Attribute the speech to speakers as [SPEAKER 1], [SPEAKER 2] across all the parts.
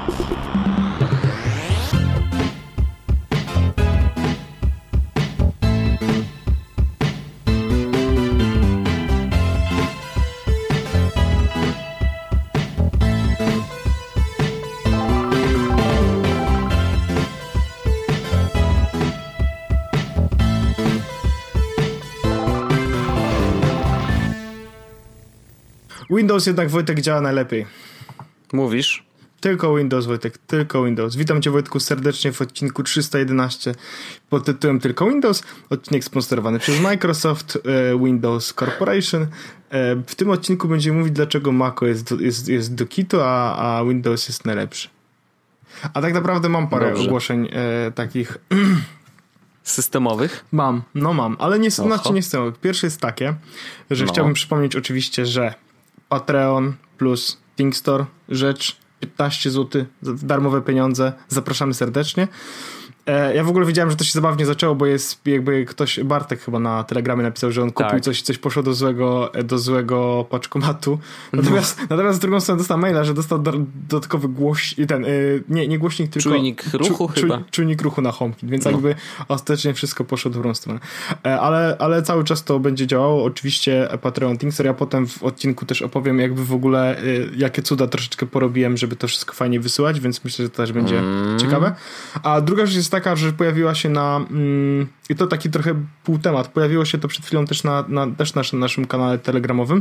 [SPEAKER 1] Windows jednak, Wojtek, działa najlepiej.
[SPEAKER 2] Mówisz?
[SPEAKER 1] Tylko Windows, Wojtek, tylko Windows. Witam cię, Wojtku, serdecznie w odcinku 311 pod tytułem Tylko Windows. Odcinek sponsorowany przez Microsoft Windows Corporation. W tym odcinku będziemy mówić, dlaczego Maco jest do kitu, a Windows jest najlepszy. A tak naprawdę mam parę ogłoszeń takich...
[SPEAKER 2] Systemowych?
[SPEAKER 1] Mam, ale nie systemowych. Pierwsze jest takie, że chciałbym przypomnieć oczywiście, że Patreon plus ThinkStore, rzecz 15 zł, darmowe pieniądze, zapraszamy serdecznie. Ja w ogóle wiedziałem, że to się zabawnie zaczęło, bo jest jakby ktoś, Bartek chyba na Telegramie napisał, że on kupił coś poszło do złego paczkomatu. Natomiast z drugą stroną dostał maila, że dostał dodatkowy nie głośnik, tylko
[SPEAKER 2] czujnik ruchu chyba.
[SPEAKER 1] Czujnik ruchu na HomeKit, więc jakby ostatecznie wszystko poszło w dobrą stronę. Ale cały czas to będzie działało. Oczywiście Patreon, ThinkStore. Ja potem w odcinku też opowiem jakby w ogóle jakie cuda troszeczkę porobiłem, żeby to wszystko fajnie wysyłać, więc myślę, że to też będzie ciekawe. A druga rzecz jest taka, że pojawiła się i to taki trochę półtemat, pojawiło się to przed chwilą też na naszym kanale telegramowym.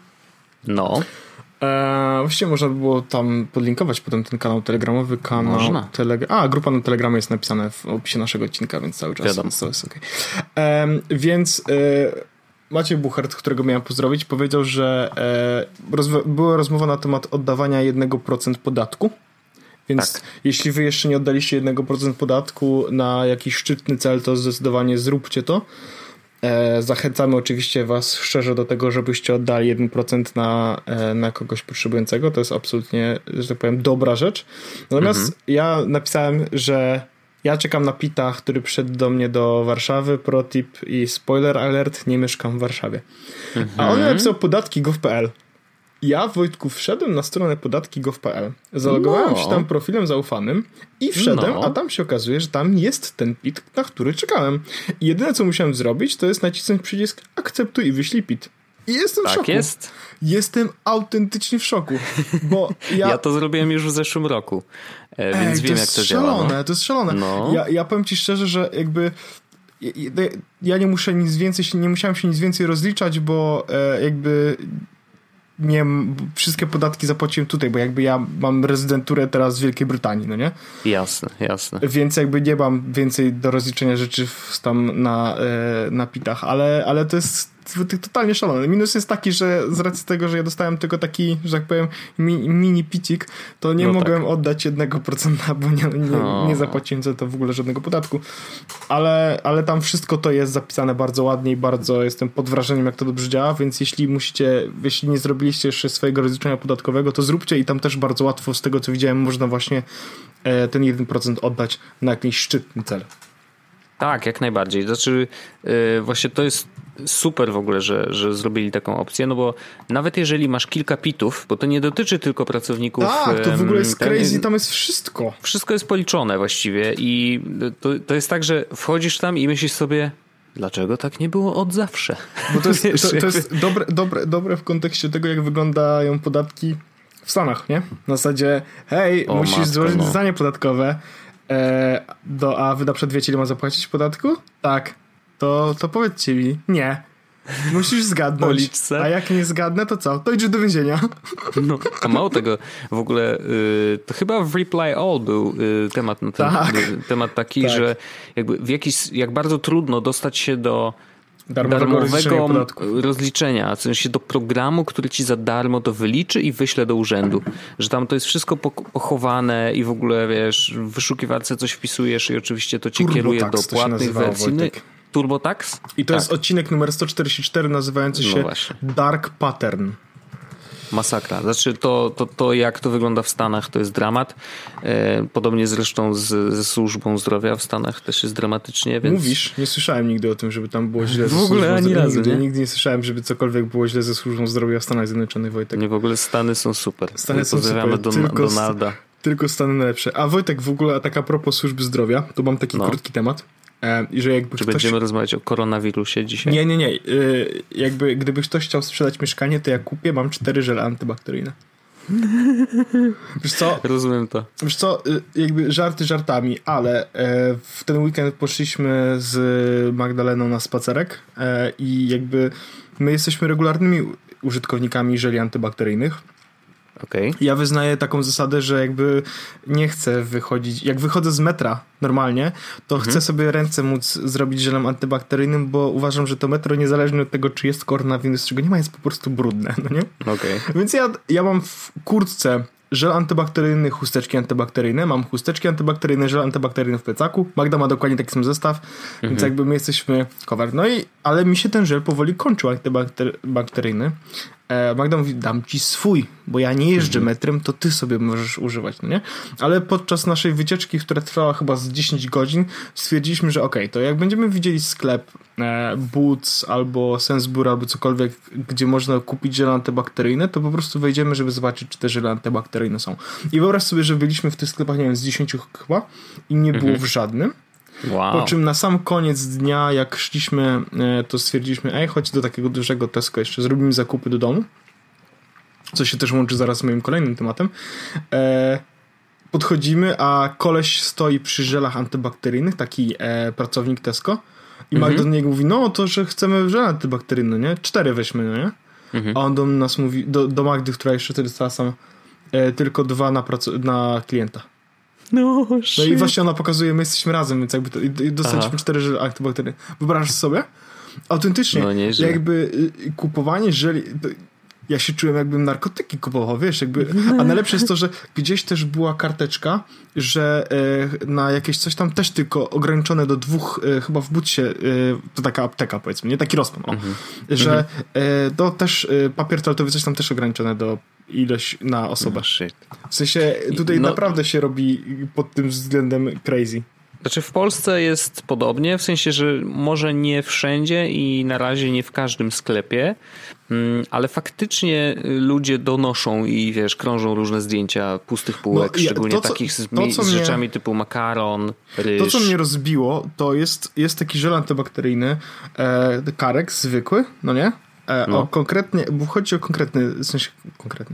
[SPEAKER 1] Właściwie można by było tam podlinkować potem ten kanał telegramowy. Grupa na Telegramie jest napisana w opisie naszego odcinka, więc cały czas to jest okej. Więc Maciej Buchert, którego miałem pozdrowić, powiedział, że była rozmowa na temat oddawania 1% podatku. Więc jeśli wy jeszcze nie oddaliście 1% podatku na jakiś szczytny cel, to zdecydowanie zróbcie to. Zachęcamy oczywiście was szczerze do tego, żebyście oddali 1% na kogoś potrzebującego. To jest absolutnie, że tak powiem, dobra rzecz. Natomiast ja napisałem, że ja czekam na Pita, który przyszedł do mnie do Warszawy. Pro tip i spoiler alert, nie mieszkam w Warszawie. A on napisał podatki.gov.pl. Ja, Wojtku, wszedłem na stronę podatki.gov.pl, zalogowałem się tam profilem zaufanym i wszedłem, a tam się okazuje, że tam jest ten PIT, na który czekałem. I jedyne, co musiałem zrobić, to jest nacisnąć przycisk akceptuj i wyślij PIT. I jestem w szoku.
[SPEAKER 2] Jest?
[SPEAKER 1] Jestem autentycznie w szoku, bo
[SPEAKER 2] ja to zrobiłem już w zeszłym roku, więc wiem, jak to działa.
[SPEAKER 1] To jest szalone. Ja powiem ci szczerze, że jakby... Ja nie musiałem się nic więcej rozliczać, bo jakby... Nie, wszystkie podatki zapłaciłem tutaj, bo jakby ja mam rezydenturę teraz w Wielkiej Brytanii, no nie?
[SPEAKER 2] Jasne.
[SPEAKER 1] Więc jakby nie mam więcej do rozliczenia rzeczy tam na pitach, ale to jest totalnie szalone. Minus jest taki, że z racji tego, że ja dostałem tylko taki, że tak powiem, mini picik, to nie mogłem oddać 1%, bo nie zapłaciłem za to w ogóle żadnego podatku. Ale tam wszystko to jest zapisane bardzo ładnie i bardzo jestem pod wrażeniem, jak to dobrze działa, więc jeśli nie zrobiliście jeszcze swojego rozliczenia podatkowego, to zróbcie i tam też bardzo łatwo, z tego co widziałem, można właśnie ten 1% oddać na jakiś szczytny cel.
[SPEAKER 2] Tak, jak najbardziej. Znaczy właśnie to jest super w ogóle, że zrobili taką opcję, no bo nawet jeżeli masz kilka pitów, bo to nie dotyczy tylko pracowników...
[SPEAKER 1] Tak, to w ogóle jest crazy, tam jest wszystko.
[SPEAKER 2] Wszystko jest policzone właściwie i to jest tak, że wchodzisz tam i myślisz sobie, dlaczego tak nie było od zawsze?
[SPEAKER 1] Bo to jest dobre w kontekście tego, jak wyglądają podatki w Stanach, nie? Na zasadzie, musisz złożyć zeznanie podatkowe, a wy na przykład wiecie, ile ma zapłacić podatku? Tak. To powiedzcie mi. Nie. Musisz zgadnąć. A jak nie zgadnę, to co? To idziesz do więzienia.
[SPEAKER 2] A mało tego, w ogóle to chyba w Reply All był temat na ten temat taki, że jakby jak bardzo trudno dostać się do darmowego rozliczenia, w sensie do programu, który ci za darmo to wyliczy i wyśle do urzędu. Że tam to jest wszystko pochowane i w ogóle, wiesz, w wyszukiwarce coś wpisujesz i oczywiście to cię kieruje do płatnych wersji. TurboTax?
[SPEAKER 1] I to jest odcinek numer 144 nazywający się Dark Pattern.
[SPEAKER 2] Masakra. Znaczy to jak to wygląda w Stanach, to jest dramat. Podobnie zresztą ze służbą zdrowia w Stanach też jest dramatycznie. Więc...
[SPEAKER 1] Mówisz? Nie słyszałem nigdy o tym, żeby tam było źle.
[SPEAKER 2] W ogóle ani razu.
[SPEAKER 1] Nigdy nie słyszałem, żeby cokolwiek było źle ze służbą zdrowia w Stanach Zjednoczonych, Wojtek.
[SPEAKER 2] Nie, w ogóle Stany są super.
[SPEAKER 1] Pozdrawiamy
[SPEAKER 2] Donalda.
[SPEAKER 1] Tylko stany najlepsze. A Wojtek, w ogóle tak a propos służby zdrowia, to mam taki krótki temat. Że jakby
[SPEAKER 2] Czy będziemy rozmawiać o koronawirusie dzisiaj?
[SPEAKER 1] Nie. Jakby gdyby ktoś chciał sprzedać mieszkanie, to ja kupię, mam 4 żele antybakteryjne. Wiesz co?
[SPEAKER 2] Rozumiem to.
[SPEAKER 1] Wiesz co, jakby żarty żartami, ale w ten weekend poszliśmy z Magdaleną na spacerek i jakby my jesteśmy regularnymi użytkownikami żeli antybakteryjnych.
[SPEAKER 2] Okay.
[SPEAKER 1] Ja wyznaję taką zasadę, że jakby nie chcę wychodzić, jak wychodzę z metra normalnie, to chcę sobie ręce móc zrobić żelem antybakteryjnym, bo uważam, że to metro niezależnie od tego, czy jest koronawirus, czego nie ma, jest po prostu brudne, no nie?
[SPEAKER 2] Okay.
[SPEAKER 1] Więc ja mam w kurtce żel antybakteryjny, chusteczki antybakteryjne, mam chusteczki antybakteryjne, żel antybakteryjny w plecaku, Magda ma dokładnie taki sam zestaw, więc jakby my jesteśmy cover. No i, ale mi się ten żel powoli kończył antybakteryjny. Magda mówi, dam ci swój, bo ja nie jeżdżę metrem, to ty sobie możesz używać, no nie? Ale podczas naszej wycieczki, która trwała chyba z 10 godzin, stwierdziliśmy, że okej, to jak będziemy widzieli sklep Boots albo Sensbury albo cokolwiek, gdzie można kupić żele antybakteryjne, to po prostu wejdziemy, żeby zobaczyć, czy te żele antybakteryjne są. I wyobraź sobie, że byliśmy w tych sklepach, nie wiem, z 10 chyba i nie było w żadnym.
[SPEAKER 2] Wow.
[SPEAKER 1] Po czym na sam koniec dnia, jak szliśmy, to stwierdziliśmy, chodź do takiego dużego Tesco jeszcze, zrobimy zakupy do domu, co się też łączy zaraz z moim kolejnym tematem. Podchodzimy, a koleś stoi przy żelach antybakteryjnych, taki pracownik Tesco i Magda do niego mówi, no to, że chcemy żel antybakteryjny, nie? 4 weźmy, no nie? A on do nas mówi, do Magdy, która jeszcze wtedy stała sam, tylko 2 na klienta. No i właśnie ona pokazuje, my jesteśmy razem, więc jakby dostaliśmy 4 żele antybakteryjne. Wyobrażasz sobie? Autentycznie, jakby kupowanie żeli... Ja się czułem, jakbym narkotyki kupował, wiesz, jakby... A najlepsze jest to, że gdzieś też była karteczka, że na jakieś coś tam też tylko ograniczone do 2, chyba w Bootsie, to taka apteka, powiedzmy, nie? Taki rozpon, że to też papier toaletowy coś tam też ograniczone do ilość na osobę. W sensie tutaj naprawdę się robi pod tym względem crazy.
[SPEAKER 2] Znaczy w Polsce jest podobnie, w sensie, że może nie wszędzie i na razie nie w każdym sklepie, ale faktycznie ludzie donoszą i wiesz, krążą różne zdjęcia pustych półek, szczególnie takich z rzeczami typu makaron, ryż.
[SPEAKER 1] To, co mnie rozbiło, to jest taki żel antybakteryjny, Carex zwykły, no nie? Konkretnie, bo chodzi o konkretny, w sensie konkretny,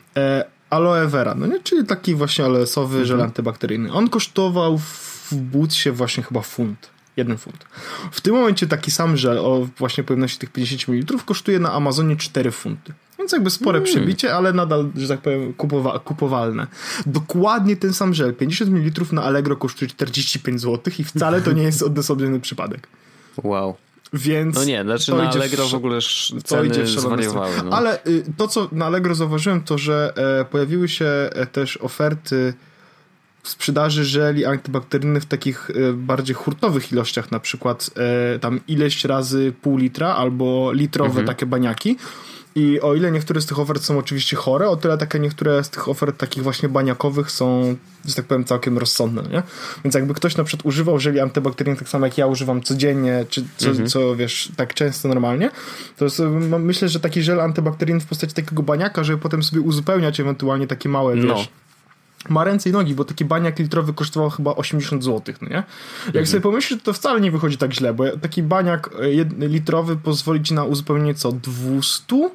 [SPEAKER 1] aloe vera, no nie? Czyli taki właśnie aloesowy żel antybakteryjny. On kosztował w Bootsie właśnie chyba funt. 1 funt. W tym momencie taki sam żel o właśnie pojemności tych 50 ml kosztuje na Amazonie 4 funty. Więc jakby spore przebicie, ale nadal, że tak powiem, kupowalne. Dokładnie ten sam żel, 50 ml na Allegro kosztuje 45 zł i wcale to nie jest odosobniony przypadek.
[SPEAKER 2] Wow.
[SPEAKER 1] Więc
[SPEAKER 2] no nie, znaczy na Allegro w ogóle ceny zwariowały. No.
[SPEAKER 1] Ale to, co na Allegro zauważyłem, to, że pojawiły się też oferty sprzedaży żeli antybakteryjnych w takich bardziej hurtowych ilościach, na przykład tam ileś razy pół litra albo litrowe takie baniaki. I o ile niektóre z tych ofert są oczywiście chore, o tyle takie niektóre z tych ofert takich właśnie baniakowych są, że tak powiem, całkiem rozsądne, nie? Więc jakby ktoś na przykład używał żeli antybakteryjnych tak samo jak ja używam codziennie, czy co wiesz, tak często normalnie, to myślę, że taki żel antybakteryjny w postaci takiego baniaka, żeby potem sobie uzupełniać ewentualnie takie małe, wiesz, ma ręce i nogi, bo taki baniak litrowy kosztował chyba 80 zł, no nie? Jak sobie pomyślisz, to wcale nie wychodzi tak źle, bo taki baniak litrowy pozwoli ci na uzupełnienie 200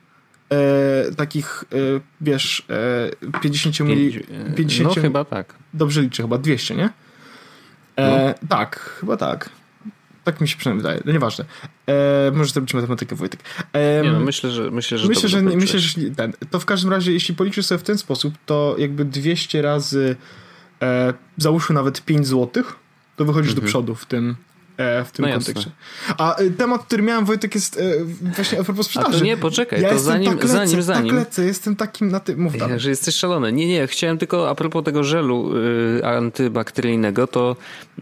[SPEAKER 1] takich, wiesz, 50 ml.
[SPEAKER 2] No chyba tak.
[SPEAKER 1] Dobrze liczę, chyba 200, nie? Tak, chyba tak. Tak mi się przynajmniej wydaje, no nieważne. Może zrobić matematykę, Wojtek.
[SPEAKER 2] Myślę, że
[SPEAKER 1] to w każdym razie, jeśli policzysz sobie w ten sposób, to jakby 200 razy załóżmy nawet 5 zł, to wychodzisz do przodu w tym kontekście. A temat, który miałem, Wojtek, jest właśnie a propos sprzedaży.
[SPEAKER 2] A to nie, poczekaj, to zanim.
[SPEAKER 1] Tak lecę, jestem takim na tym, mów dalej.
[SPEAKER 2] Że jesteś szalony. Nie, chciałem tylko a propos tego żelu antybakteryjnego, to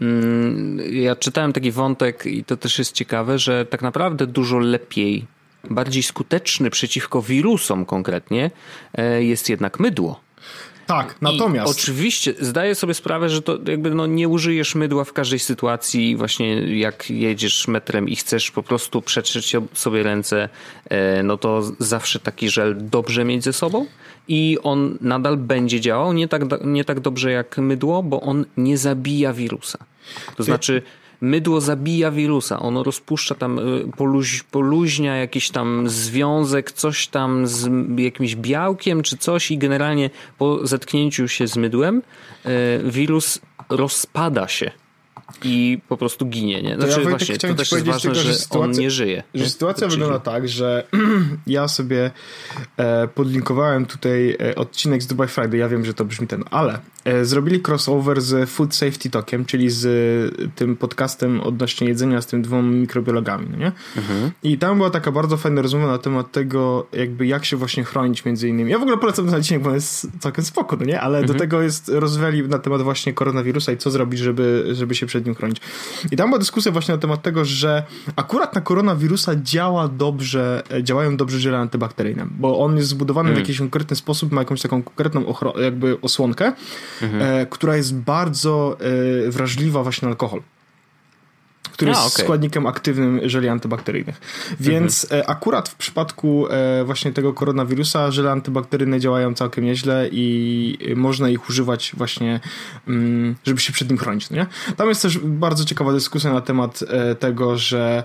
[SPEAKER 2] ja czytałem taki wątek i to też jest ciekawe, że tak naprawdę dużo lepiej, bardziej skuteczny przeciwko wirusom konkretnie jest jednak mydło.
[SPEAKER 1] Tak, natomiast...
[SPEAKER 2] I oczywiście zdaję sobie sprawę, że to jakby nie użyjesz mydła w każdej sytuacji, właśnie jak jedziesz metrem i chcesz po prostu przetrzeć sobie ręce, no to zawsze taki żel dobrze mieć ze sobą i on nadal będzie działał, nie tak dobrze jak mydło, bo on nie zabija wirusa. To znaczy... Mydło zabija wirusa, ono rozpuszcza tam, poluźnia jakiś tam związek, coś tam z jakimś białkiem czy coś i generalnie po zetknięciu się z mydłem wirus rozpada się i po prostu ginie. Nie? Znaczy właśnie, to też jest ważne, że on nie żyje.
[SPEAKER 1] Że sytuacja wygląda tak, że ja sobie podlinkowałem tutaj odcinek z Dubai Friday, ja wiem, że to brzmi ale zrobili crossover z Food Safety Talkiem, czyli z tym podcastem odnośnie jedzenia z tym 2 mikrobiologami, no nie? I tam była taka bardzo fajna rozmowa na temat tego, jakby jak się właśnie chronić między innymi. Ja w ogóle polecam ten odcinek, bo jest całkiem spoko, no nie? Ale do tego jest rozwali na temat właśnie koronawirusa i co zrobić, żeby się przed nim chronić. I tam była dyskusja właśnie na temat tego, że akurat na koronawirusa działają dobrze żele antybakteryjne, bo on jest zbudowany w jakiś konkretny sposób, ma jakąś taką konkretną jakby osłonkę, która jest bardzo wrażliwa właśnie na alkohol, który jest składnikiem aktywnym żeli antybakteryjnych. Więc akurat w przypadku właśnie tego koronawirusa żele antybakteryjne działają całkiem nieźle i można ich używać właśnie, żeby się przed nim chronić. No nie? Tam jest też bardzo ciekawa dyskusja na temat tego, że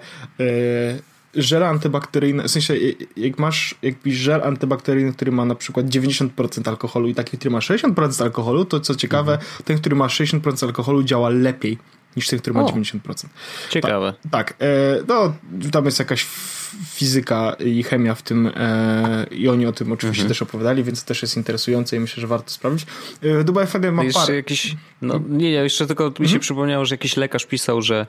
[SPEAKER 1] żele antybakteryjne, w sensie jak masz jakiś żel antybakteryjny, który ma na przykład 90% alkoholu i taki, który ma 60% alkoholu, to co ciekawe, ten, który ma 60% alkoholu działa lepiej niż ten, który ma 90%.
[SPEAKER 2] Ciekawe.
[SPEAKER 1] Tak. No, tam jest jakaś fizyka i chemia w tym i oni o tym oczywiście też opowiadali, więc to też jest interesujące i myślę, że warto sprawdzić. Dubai Friday ma parę...
[SPEAKER 2] Jakiś, jeszcze tylko mi się przypomniało, że jakiś lekarz pisał, że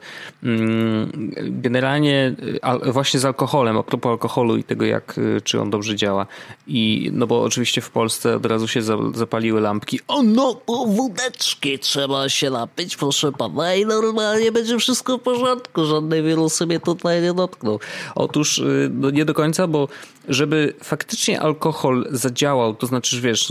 [SPEAKER 2] generalnie właśnie z alkoholem, a propos alkoholu i tego, czy on dobrze działa. I no bo oczywiście w Polsce od razu się zapaliły lampki. Wódeczki trzeba się napić, proszę pana, i normalnie będzie wszystko w porządku, żadne wirusy mnie tutaj nie dotkną. Otóż nie do końca, bo żeby faktycznie alkohol zadziałał, to znaczy, wiesz,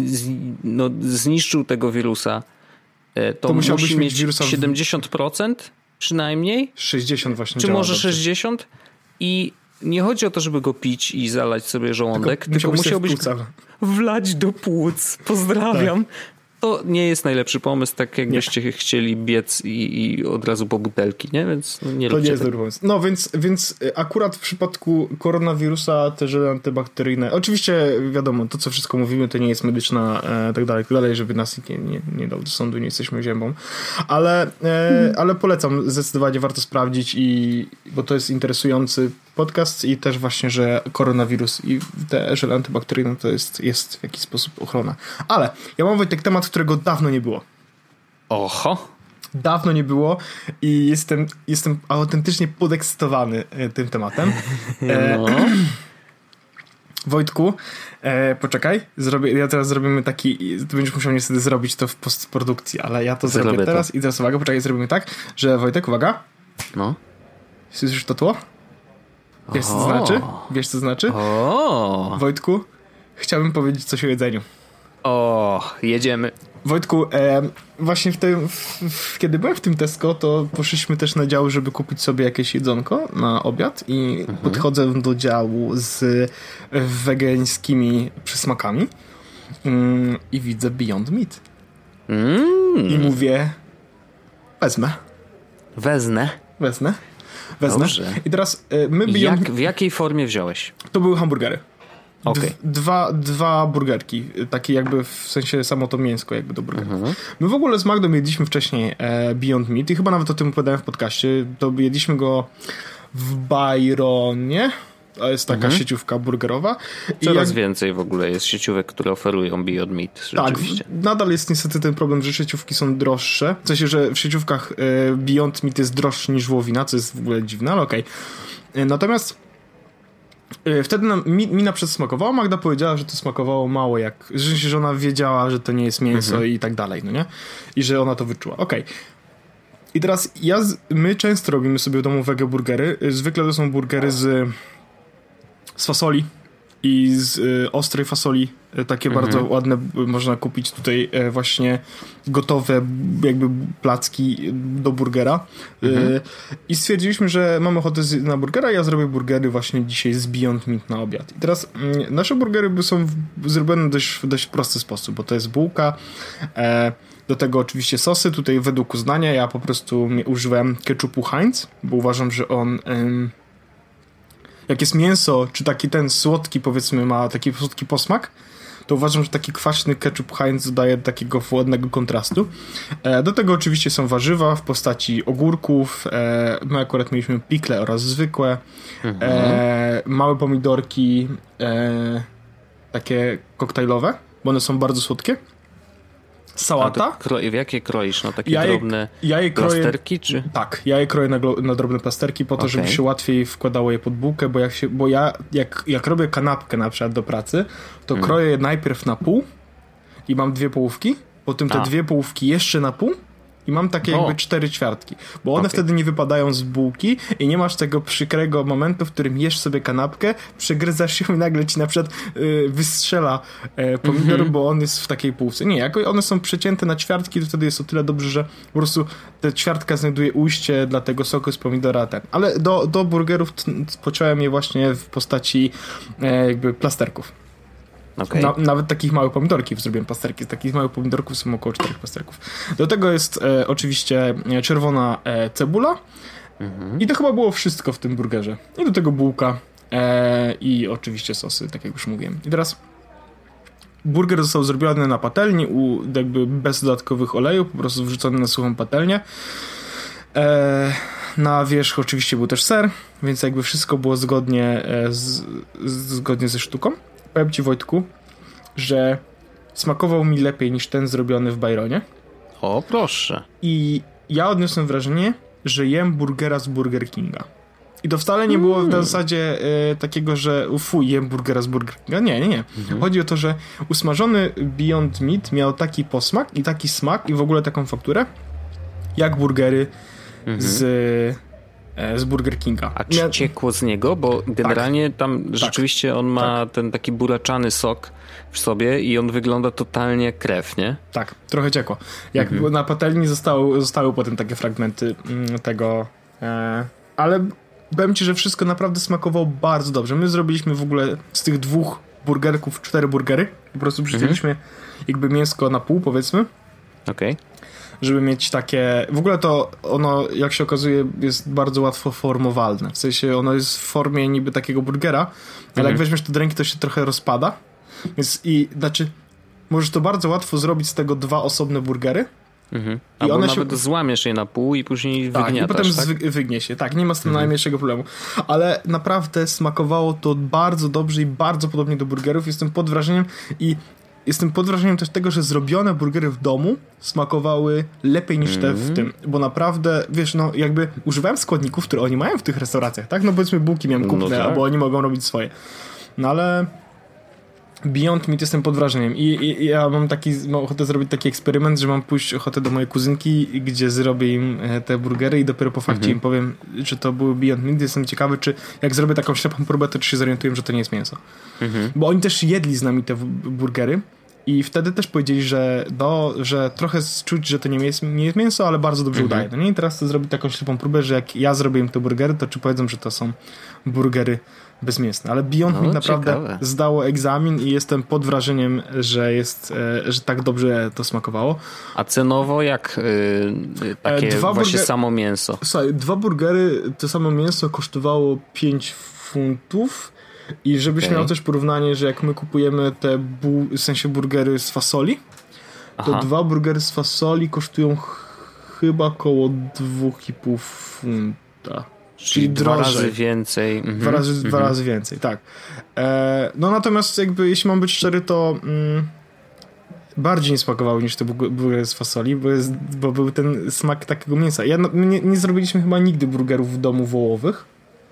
[SPEAKER 2] zniszczył tego wirusa, to musi mieć 70% przynajmniej.
[SPEAKER 1] 60 właśnie.
[SPEAKER 2] Czy może 60? I nie chodzi o to, żeby go pić i zalać sobie żołądek, tylko musiałbyś wlać do płuc. Pozdrawiam. Tak. To nie jest najlepszy pomysł, tak jakbyście chcieli biec i od razu po butelki, nie? Więc nie
[SPEAKER 1] to nie jest dobry pomysł. No więc akurat w przypadku koronawirusa te żele antybakteryjne, oczywiście wiadomo, to co wszystko mówimy, to nie jest medyczna tak dalej, żeby nas nie dał do sądu, nie jesteśmy ziębą, ale polecam, zdecydowanie warto sprawdzić bo to jest interesujący podcast i też właśnie, że koronawirus i te żele antybakteryjne to jest w jakiś sposób ochrona. Ale ja mam Wojtek temat, którego dawno nie było.
[SPEAKER 2] Oho.
[SPEAKER 1] Dawno nie było i jestem autentycznie podekscytowany tym tematem. Wojtku, poczekaj, ja teraz zrobimy taki, ty będziesz musiał niestety zrobić to w postprodukcji, ale ja to zrobię teraz i teraz uwaga, poczekaj, zrobimy tak, że Wojtek, uwaga.
[SPEAKER 2] No.
[SPEAKER 1] Słyszysz to tło? Wiesz co to znaczy? Wiesz co to znaczy? Wojtku, chciałbym powiedzieć coś o jedzeniu.
[SPEAKER 2] Jedziemy.
[SPEAKER 1] Wojtku, właśnie kiedy byłem w tym Tesco, to poszliśmy też na dział, żeby kupić sobie jakieś jedzonko na obiad i podchodzę do działu z wegańskimi przysmakami i widzę Beyond Meat. I mówię, wezmę.
[SPEAKER 2] Dobrze.
[SPEAKER 1] I teraz
[SPEAKER 2] w jakiej formie wziąłeś?
[SPEAKER 1] To były hamburgery.
[SPEAKER 2] Okay.
[SPEAKER 1] Dwa burgerki, takie jakby w sensie samo to mięsko jakby do burgerów. My w ogóle z Magdą jedliśmy wcześniej Beyond Meat i chyba nawet o tym opowiadałem w podcaście. To jedliśmy go w Byronie. To jest taka sieciówka burgerowa.
[SPEAKER 2] Coraz więcej w ogóle jest sieciówek, które oferują Beyond Meat. Rzeczywiście.
[SPEAKER 1] Tak, nadal jest niestety ten problem, że sieciówki są droższe. W sensie, że w sieciówkach Beyond Meat jest droższy niż wołowina, co jest w ogóle dziwne, ale okej. Natomiast wtedy mi na przykład smakowało. Magda powiedziała, że to smakowało mało, że ona wiedziała, że to nie jest mięso i tak dalej, no nie? I że ona to wyczuła. Okej. I teraz my często robimy sobie w domu wege burgery. Zwykle to są burgery z fasoli, i z ostrej fasoli. Takie bardzo ładne można kupić tutaj właśnie gotowe jakby placki do burgera. I stwierdziliśmy, że mamy ochotę na burgera. Ja zrobię burgery właśnie dzisiaj z Beyond Meat na obiad. I teraz nasze burgery są zrobione w dość prosty sposób, bo to jest bułka, do tego oczywiście sosy. Tutaj według uznania ja po prostu używałem ketchupu Heinz, bo uważam, że on jak jest mięso, czy taki ten słodki, powiedzmy, ma taki słodki posmak, to uważam, że taki kwaśny ketchup Heinz daje takiego ładnego kontrastu. Do tego oczywiście są warzywa w postaci ogórków. My akurat mieliśmy pikle oraz zwykłe. Małe pomidorki, takie koktajlowe, bo one są bardzo słodkie. Sałata.
[SPEAKER 2] W jakie kroisz? No takie drobne plasterki? Czy?
[SPEAKER 1] Tak, ja je kroję na drobne plasterki po to, żeby się łatwiej wkładało je pod bułkę, bo ja jak robię kanapkę na przykład do pracy, to kroję je najpierw na pół i mam 2 połówki, potem te 2 połówki jeszcze na pół i mam takie jakby 4 ćwiartki, bo one wtedy nie wypadają z bułki i nie masz tego przykrego momentu, w którym jesz sobie kanapkę, przegryzasz się i nagle ci na przykład wystrzela pomidor, bo on jest w takiej półce. Nie, jak one są przecięte na ćwiartki, to wtedy jest o tyle dobrze, że po prostu ta ćwiartka znajduje ujście dla tego soku z pomidora. Ale do burgerów pociąłem je właśnie w postaci jakby plasterków.
[SPEAKER 2] Okay.
[SPEAKER 1] Nawet takich małych pomidorków zrobiłem plasterki. Z takich małych pomidorków są około 4 plasterków. Do tego jest oczywiście czerwona cebula i to chyba było wszystko w tym burgerze. I do tego bułka i oczywiście sosy, tak jak już mówiłem. I teraz burger został zrobiony na patelni, jakby bez dodatkowych olejów, po prostu wrzucony na suchą patelnię. Na wierzch oczywiście był też ser, więc jakby wszystko było zgodnie ze sztuką. Powiem ci, Wojtku, że smakował mi lepiej niż ten zrobiony w Byronie.
[SPEAKER 2] O, proszę.
[SPEAKER 1] I ja odniosłem wrażenie, że jem burgera z Burger Kinga. I to wcale nie było w zasadzie takiego, że jem burgera z Burger Kinga. Nie. Chodzi o to, że usmażony Beyond Meat miał taki posmak i taki smak i w ogóle taką fakturę, jak burgery z Burger Kinga.
[SPEAKER 2] A czy ciekło z niego? Bo generalnie tam rzeczywiście on ma ten taki buraczany sok w sobie i on wygląda totalnie jak krew, nie?
[SPEAKER 1] Tak, trochę ciekło. Jak na patelni zostały potem takie fragmenty tego, ale powiem ci, że wszystko naprawdę smakowało bardzo dobrze. My zrobiliśmy w ogóle z tych 2 burgerków 4 burgery. Po prostu przycięliśmy jakby mięsko na pół, powiedzmy.
[SPEAKER 2] Okej.
[SPEAKER 1] Żeby mieć takie... W ogóle to ono, jak się okazuje, jest bardzo łatwo formowalne. W sensie ono jest w formie niby takiego burgera, ale jak weźmiesz to do ręki, to się trochę rozpada. Więc możesz to bardzo łatwo zrobić z tego 2 osobne burgery.
[SPEAKER 2] Albo one nawet złamiesz je na pół i później wygniatasz,
[SPEAKER 1] i potem wygnie się. Tak, nie ma z tym najmniejszego problemu. Ale naprawdę smakowało to bardzo dobrze i bardzo podobnie do burgerów. Jestem pod wrażeniem też tego, że zrobione burgery w domu smakowały lepiej niż te w tym, bo naprawdę, wiesz, no jakby używałem składników, które oni mają w tych restauracjach, tak? No powiedzmy bułki miałem kupne, albo oni mogą robić swoje. No ale Beyond Meat jestem pod wrażeniem i ja mam ochotę zrobić taki eksperyment, że mam pójść ochotę do mojej kuzynki, gdzie zrobię im te burgery i dopiero po fakcie im powiem, czy to były Beyond Meat. Jestem ciekawy, czy jak zrobię taką ślepą próbę, to czy się zorientuję, że to nie jest mięso. Bo oni też jedli z nami te burgery i wtedy też powiedzieli, że trochę czuć, że to nie jest mięso, ale bardzo dobrze udaje. No nie? I teraz chcę zrobić taką ślepą próbę, że jak ja zrobię im te burgery, to czy powiedzą, że to są burgery bezmięsne. Ale Beyond Meat naprawdę zdało egzamin i jestem pod wrażeniem, że tak dobrze to smakowało.
[SPEAKER 2] A cenowo jak takie właśnie samo mięso?
[SPEAKER 1] Słuchaj, 2 burgery, to samo mięso kosztowało 5 funtów i żebyś miał też porównanie, że jak my kupujemy te w sensie burgery z fasoli, to 2 burgery z fasoli kosztują chyba około 2,5 funta. Czyli
[SPEAKER 2] 2 razy więcej.
[SPEAKER 1] 2 razy więcej, tak. No natomiast jakby, jeśli mam być szczery, to bardziej nie smakowały niż te burgery z fasoli, bo był ten smak takiego mięsa. My nie zrobiliśmy chyba nigdy burgerów w domu wołowych.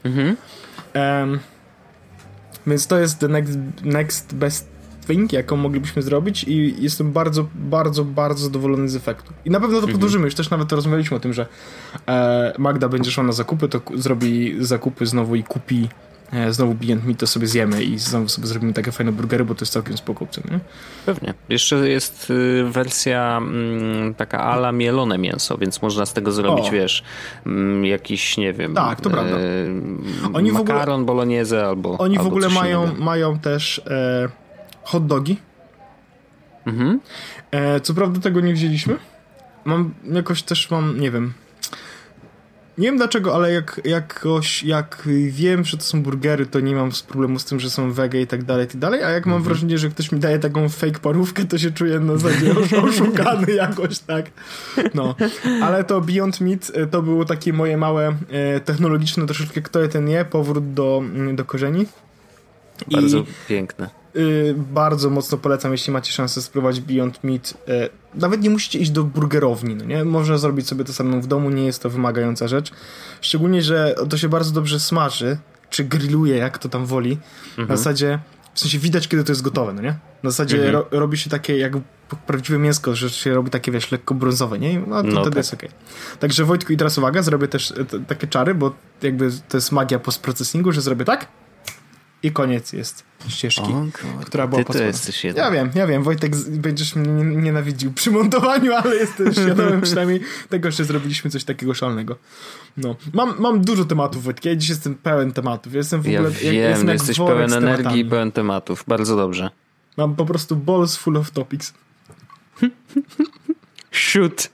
[SPEAKER 1] Więc to jest the next best thing, jaką moglibyśmy zrobić i jestem bardzo, bardzo, bardzo zadowolony z efektu. I na pewno to podłożymy. Już też nawet rozmawialiśmy o tym, że Magda będzie szła na zakupy, to zrobi zakupy znowu i kupi znowu Beyond Meat, to sobie zjemy i znowu sobie zrobimy takie fajne burgery, bo to jest całkiem spoko opcja, nie?
[SPEAKER 2] Pewnie. Jeszcze jest wersja taka a la mielone mięso, więc można z tego zrobić, wiesz, jakiś, nie wiem...
[SPEAKER 1] Tak, to prawda.
[SPEAKER 2] Oni makaron bolognese albo...
[SPEAKER 1] Oni w ogóle mają też hot dogi.
[SPEAKER 2] Mhm.
[SPEAKER 1] Co prawda tego nie wzięliśmy. Nie wiem... Nie wiem dlaczego, ale jak wiem, że to są burgery, to nie mam problemu z tym, że są wege i tak dalej, a jak mam wrażenie, że ktoś mi daje taką fake parówkę, to się czuję na zasadzie oszukany jakoś, tak. No, ale to Beyond Meat to było takie moje małe technologiczne troszeczkę kto je ten je, powrót do korzeni.
[SPEAKER 2] Bardzo piękne.
[SPEAKER 1] Bardzo mocno polecam, jeśli macie szansę spróbować Beyond Meat. Nawet nie musicie iść do burgerowni, no nie? Można zrobić sobie to samemu w domu, nie jest to wymagająca rzecz. Szczególnie, że to się bardzo dobrze smaży, czy grilluje, jak to tam woli. Na zasadzie, w sensie widać, kiedy to jest gotowe, no nie? Na zasadzie robi się takie jak prawdziwe mięsko, że się robi takie, wiesz, lekko brązowe, nie? No to wtedy jest okej. Także Wojtku, i teraz uwaga, zrobię też takie czary, bo jakby to jest magia post-processingu, że zrobię tak i koniec jest ścieżki, która była posłana. Ja wiem, Wojtek, będziesz mnie nienawidził przy montowaniu, ale jestem świadomym przynajmniej tego, że zrobiliśmy coś takiego szalnego. No. Mam dużo tematów, Wojtek, ja dziś jestem pełen tematów. Jestem w ogóle,
[SPEAKER 2] jesteś pełen energii i pełen tematów. Bardzo dobrze.
[SPEAKER 1] Mam po prostu balls full of topics.
[SPEAKER 2] Shoot.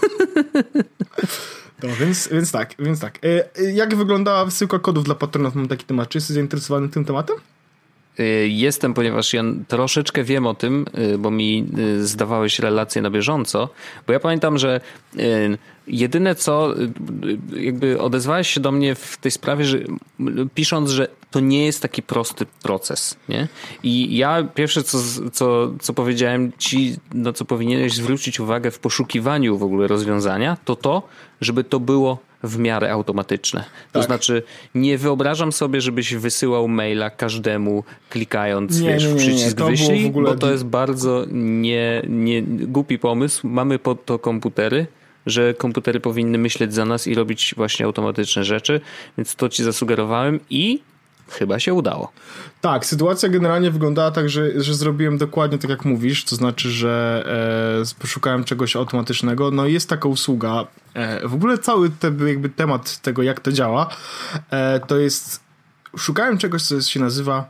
[SPEAKER 1] No, więc tak. Jak wyglądała wysyłka kodów dla patronów? Mam taki temat. Czy jesteś zainteresowany tym tematem?
[SPEAKER 2] Jestem, ponieważ ja troszeczkę wiem o tym, bo mi zdawałeś relacje na bieżąco, bo ja pamiętam, że jedyne co, jakby odezwałeś się do mnie w tej sprawie, że pisząc, że to nie jest taki prosty proces, nie? I ja pierwsze co powiedziałem ci, na co powinieneś zwrócić uwagę w poszukiwaniu w ogóle rozwiązania, to, żeby to było w miarę automatyczne. To znaczy nie wyobrażam sobie, żebyś wysyłał maila każdemu klikając w przycisk wyślij, bo to jest bardzo głupi pomysł. Mamy pod to komputery, że komputery powinny myśleć za nas i robić właśnie automatyczne rzeczy, więc to ci zasugerowałem i chyba się udało.
[SPEAKER 1] Tak, sytuacja generalnie wyglądała tak, że zrobiłem dokładnie tak jak mówisz, to znaczy, że poszukałem czegoś automatycznego. No jest taka usługa, w ogóle cały jakby temat tego, jak to działa, to jest, szukałem czegoś, co się nazywa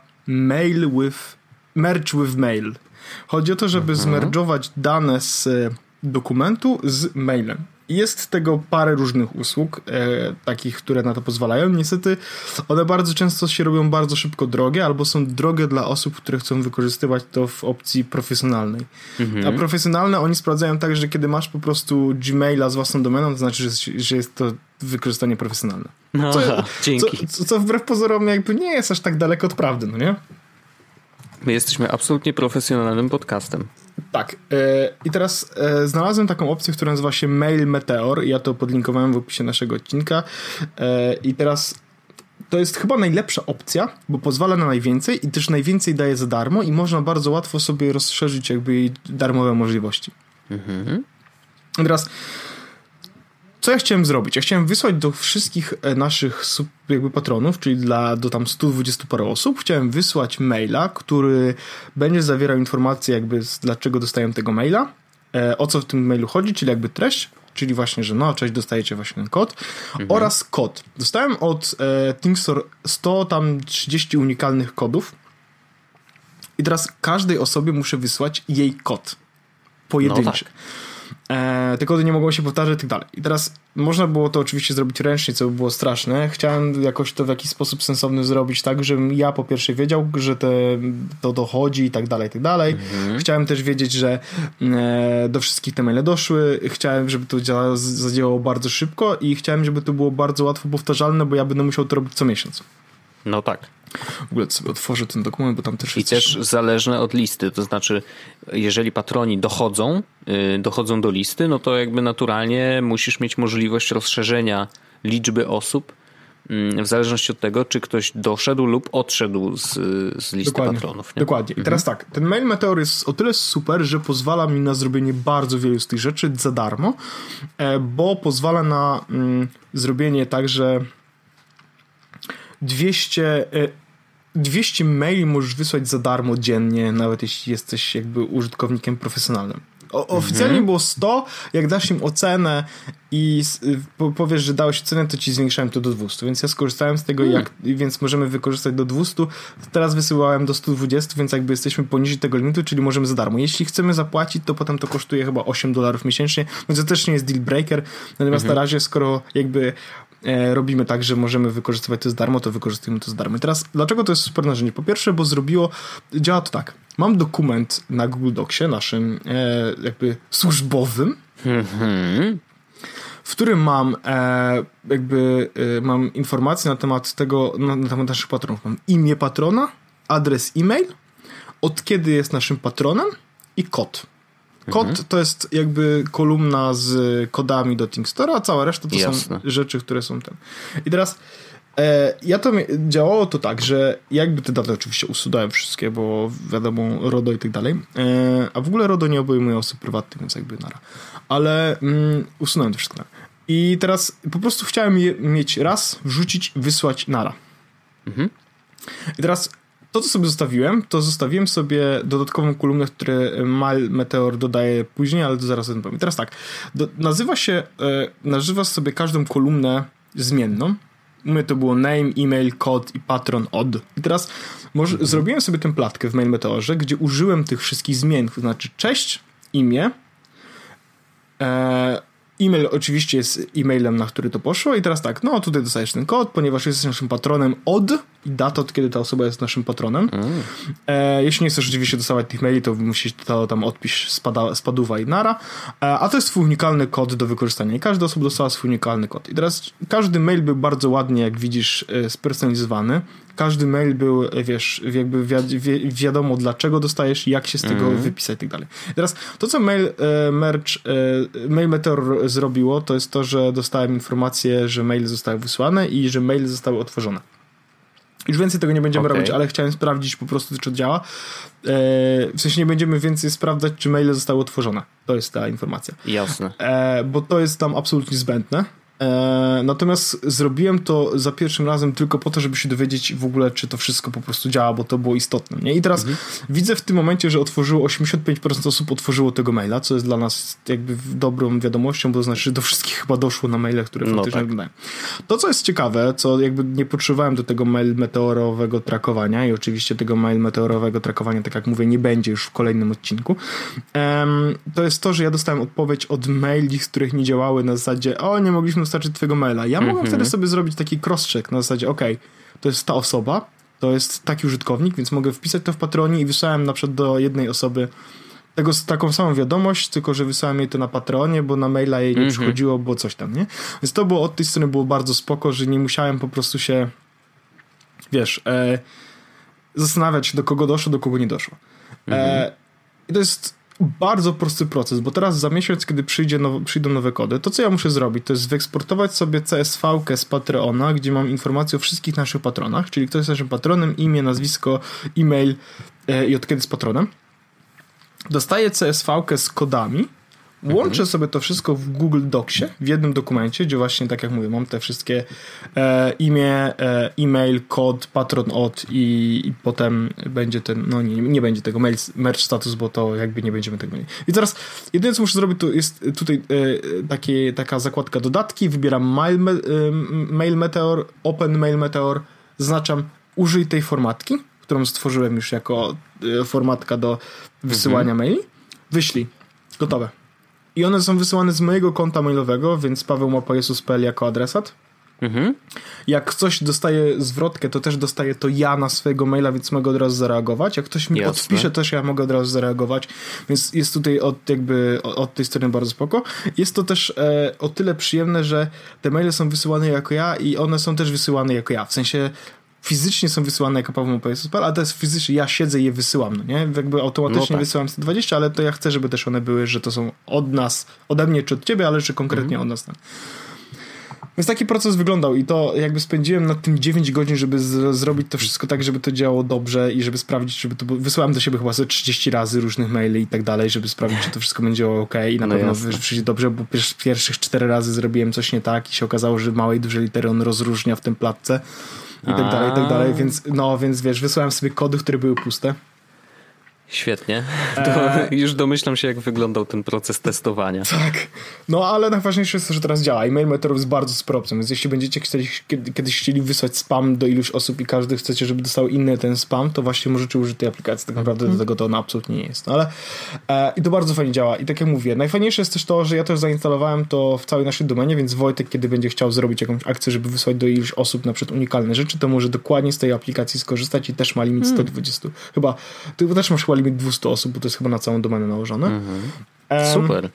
[SPEAKER 1] merge with mail. Chodzi o to, żeby zmerdżować dane z dokumentu z mailem. Jest tego parę różnych usług, takich, które na to pozwalają. Niestety one bardzo często się robią bardzo szybko drogie, albo są drogie dla osób, które chcą wykorzystywać to w opcji profesjonalnej. A profesjonalne oni sprawdzają tak, że kiedy masz po prostu Gmaila z własną domeną, to znaczy, że jest to wykorzystanie profesjonalne.
[SPEAKER 2] Dzięki.
[SPEAKER 1] Co wbrew pozorom jakby nie jest aż tak daleko od prawdy, no nie?
[SPEAKER 2] My jesteśmy absolutnie profesjonalnym podcastem.
[SPEAKER 1] Tak. I teraz znalazłem taką opcję, która nazywa się Mail Meteor. Ja to podlinkowałem w opisie naszego odcinka. I teraz to jest chyba najlepsza opcja, bo pozwala na najwięcej i też najwięcej daje za darmo i można bardzo łatwo sobie rozszerzyć jakby jej darmowe możliwości. I teraz co ja chciałem zrobić? Ja chciałem wysłać do wszystkich naszych jakby patronów, czyli do tam 120 parę osób, chciałem wysłać maila, który będzie zawierał informacje jakby dlaczego dostają tego maila, o co w tym mailu chodzi, czyli jakby treść, czyli właśnie, że cześć, dostajecie właśnie ten kod oraz kod. Dostałem od Thinkstore 130 unikalnych kodów i teraz każdej osobie muszę wysłać jej kod pojedynczy. No tak. Te kody nie mogą się powtarzać i tak dalej. I teraz można było to oczywiście zrobić ręcznie, co by było straszne. Chciałem jakoś to w jakiś sposób sensowny zrobić tak, żebym ja po pierwsze wiedział, że to dochodzi i tak dalej, i tak dalej. Chciałem też wiedzieć, że do wszystkich te maile doszły. Chciałem, żeby to zadziałało bardzo szybko i chciałem, żeby to było bardzo łatwo powtarzalne, bo ja będę musiał to robić co miesiąc.
[SPEAKER 2] No tak.
[SPEAKER 1] W ogóle sobie otworzę ten dokument, bo tam też jest...
[SPEAKER 2] I też zależne od listy, to znaczy jeżeli patroni dochodzą do listy, no to jakby naturalnie musisz mieć możliwość rozszerzenia liczby osób w zależności od tego, czy ktoś doszedł lub odszedł z listy patronów. Nie?
[SPEAKER 1] Dokładnie. I teraz tak, ten Mail Meteor jest o tyle super, że pozwala mi na zrobienie bardzo wielu z tych rzeczy za darmo, bo pozwala na zrobienie tak, że 200 maili możesz wysłać za darmo dziennie, nawet jeśli jesteś jakby użytkownikiem profesjonalnym. Oficjalnie było 100, jak dasz im ocenę i powiesz, że dałeś ocenę, to ci zwiększałem to do 200, więc ja skorzystałem z tego, więc możemy wykorzystać do 200. Teraz wysyłałem do 120, więc jakby jesteśmy poniżej tego limitu, czyli możemy za darmo. Jeśli chcemy zapłacić, to potem to kosztuje chyba $8 miesięcznie, więc to też nie jest deal breaker, natomiast na razie, skoro jakby robimy tak, że możemy wykorzystywać to za darmo, to wykorzystujemy to za darmo. I teraz, dlaczego to jest super narzędzie? Po pierwsze, bo działa to tak. Mam dokument na Google Docsie, naszym jakby służbowym, w którym mam mam informacje na temat tego, na temat naszych patronów. Mam imię patrona, adres e-mail, od kiedy jest naszym patronem i kod. Kod to jest jakby kolumna z kodami do Thinkstore, a cała reszta to są rzeczy, które są tam. I teraz działało to tak, że jakby te daty oczywiście usuwałem wszystkie, bo wiadomo, RODO i tak dalej, a w ogóle RODO nie obejmuje osób prywatnych, więc jakby nara. Ale usunąłem to wszystko. I teraz po prostu chciałem je mieć raz, wrzucić, wysłać nara. I teraz to, co sobie zostawiłem sobie dodatkową kolumnę, które Mail Meteor dodaje później, ale to zaraz o tym powiem. I teraz tak, nazywasz sobie każdą kolumnę zmienną. U mnie to było name, e-mail, kod i patron od. I teraz zrobiłem sobie templatkę w Mail Meteorze, gdzie użyłem tych wszystkich zmian, to znaczy cześć, imię, e-mail oczywiście jest e-mailem, na który to poszło i teraz tak, no tutaj dostajesz ten kod, ponieważ jesteś naszym patronem od i data, od kiedy ta osoba jest naszym patronem. Jeśli nie chcesz oczywiście dostawać tych maili, to musisz to tam odpisz spaduwa i nara, a to jest twój unikalny kod do wykorzystania i każda osoba dostała swój unikalny kod. I teraz każdy mail był bardzo ładnie, jak widzisz, spersonalizowany. Każdy mail był, wiesz, jakby wiadomo dlaczego dostajesz, jak się z tego wypisać i tak dalej. Teraz to, co Mail Meteor zrobiło, to jest to, że dostałem informację, że maile zostały wysłane i że maile zostały otworzone. Już więcej tego nie będziemy robić, ale chciałem sprawdzić po prostu, czy to działa. W sensie nie będziemy więcej sprawdzać, czy maile zostały otworzone. To jest ta informacja.
[SPEAKER 2] Jasne.
[SPEAKER 1] Bo to jest tam absolutnie zbędne. Natomiast zrobiłem to za pierwszym razem tylko po to, żeby się dowiedzieć w ogóle, czy to wszystko po prostu działa, bo to było istotne. Nie? I teraz widzę w tym momencie, że 85% osób otworzyło tego maila, co jest dla nas jakby dobrą wiadomością, bo to znaczy, że do wszystkich chyba doszło na maile, które faktycznie wyglądają. To, co jest ciekawe, co jakby nie potrzebowałem do tego mail meteorowego trakowania i oczywiście tego mail meteorowego trakowania, tak jak mówię, nie będzie już w kolejnym odcinku, to jest to, że ja dostałem odpowiedź od maili, z których nie działały na zasadzie, nie mogliśmy dostarczyć twojego maila. Ja mogłem wtedy sobie zrobić taki cross-check na zasadzie, to jest ta osoba, to jest taki użytkownik, więc mogę wpisać to w Patronie i wysłałem na przykład do jednej osoby taką samą wiadomość, tylko że wysłałem jej to na Patronie, bo na maila jej nie przychodziło, bo coś tam, nie? Więc to było od tej strony było bardzo spoko, że nie musiałem po prostu się zastanawiać, do kogo doszło, do kogo nie doszło. I to jest bardzo prosty proces, bo teraz za miesiąc, kiedy przyjdą nowe kody, to co ja muszę zrobić, to jest wyeksportować sobie CSV-kę z Patreona, gdzie mam informacje o wszystkich naszych patronach, czyli kto jest naszym patronem, imię, nazwisko, e-mail i od kiedy jest patronem. Dostaję CSV-kę z kodami, łączę sobie to wszystko w Google Docsie, w jednym dokumencie, gdzie właśnie, tak jak mówię, mam te wszystkie imię, e-mail, kod, patron od i potem będzie ten, nie będzie tego merge status, bo to jakby nie będziemy tego mieli. I teraz jedyne, co muszę zrobić, to jest tutaj taka zakładka dodatki, wybieram Mail Meteor, Open Mail Meteor, zaznaczam użyj tej formatki, którą stworzyłem już jako formatka do wysyłania maili, wyślij, gotowe. I one są wysyłane z mojego konta mailowego, więc paweł@jesus.pl jako adresat. Jak ktoś dostaje zwrotkę, to też dostaję to ja na swojego maila, więc mogę od razu zareagować. Jak ktoś mi odpisze, też ja mogę od razu zareagować. Więc jest tutaj od tej strony bardzo spoko. Jest to też o tyle przyjemne, że te maile są wysyłane jako ja i one są też wysyłane jako ja. W sensie fizycznie są wysyłane jako paweł@jesus.pl, ale to jest fizycznie, ja siedzę i je wysyłam, no nie? Jakby automatycznie wysyłam 120, ale to ja chcę, żeby też one były, że to są od nas, ode mnie czy od ciebie, ale czy konkretnie od nas. Więc taki proces wyglądał i to jakby spędziłem nad tym 9 godzin, żeby zrobić to wszystko tak, żeby to działało dobrze i żeby sprawdzić, żeby to wysłałem do siebie chyba ze 30 razy różnych maili i tak dalej, żeby sprawdzić, czy to wszystko będzie ok i na pewno przyjdzie dobrze, bo pierwszych 4 razy zrobiłem coś nie tak i się okazało, że małe i duże litery on rozróżnia w templatce. i tak dalej, więc wiesz, wysłałem sobie kody, które były puste.
[SPEAKER 2] Świetnie. To już domyślam się, jak wyglądał ten proces testowania.
[SPEAKER 1] Tak. No, ale najważniejsze jest to, że teraz działa. Email Meteor jest bardzo sprawdzony, więc jeśli będziecie kiedyś chcieli wysłać spam do iluś osób i każdy chcecie, żeby dostał inny ten spam, to właśnie możecie użyć tej aplikacji. Tak naprawdę do tego to ona absolutnie nie jest. No, ale i to bardzo fajnie działa. I tak jak mówię, najfajniejsze jest też to, że ja też zainstalowałem to w całej naszej domenie, więc Wojtek, kiedy będzie chciał zrobić jakąś akcję, żeby wysłać do iluś osób na przykład unikalne rzeczy, to może dokładnie z tej aplikacji skorzystać i też ma limit 120. Chyba, ty też masz chyba limit 200 osób, bo to jest chyba na całą domenę nałożone.
[SPEAKER 2] Super.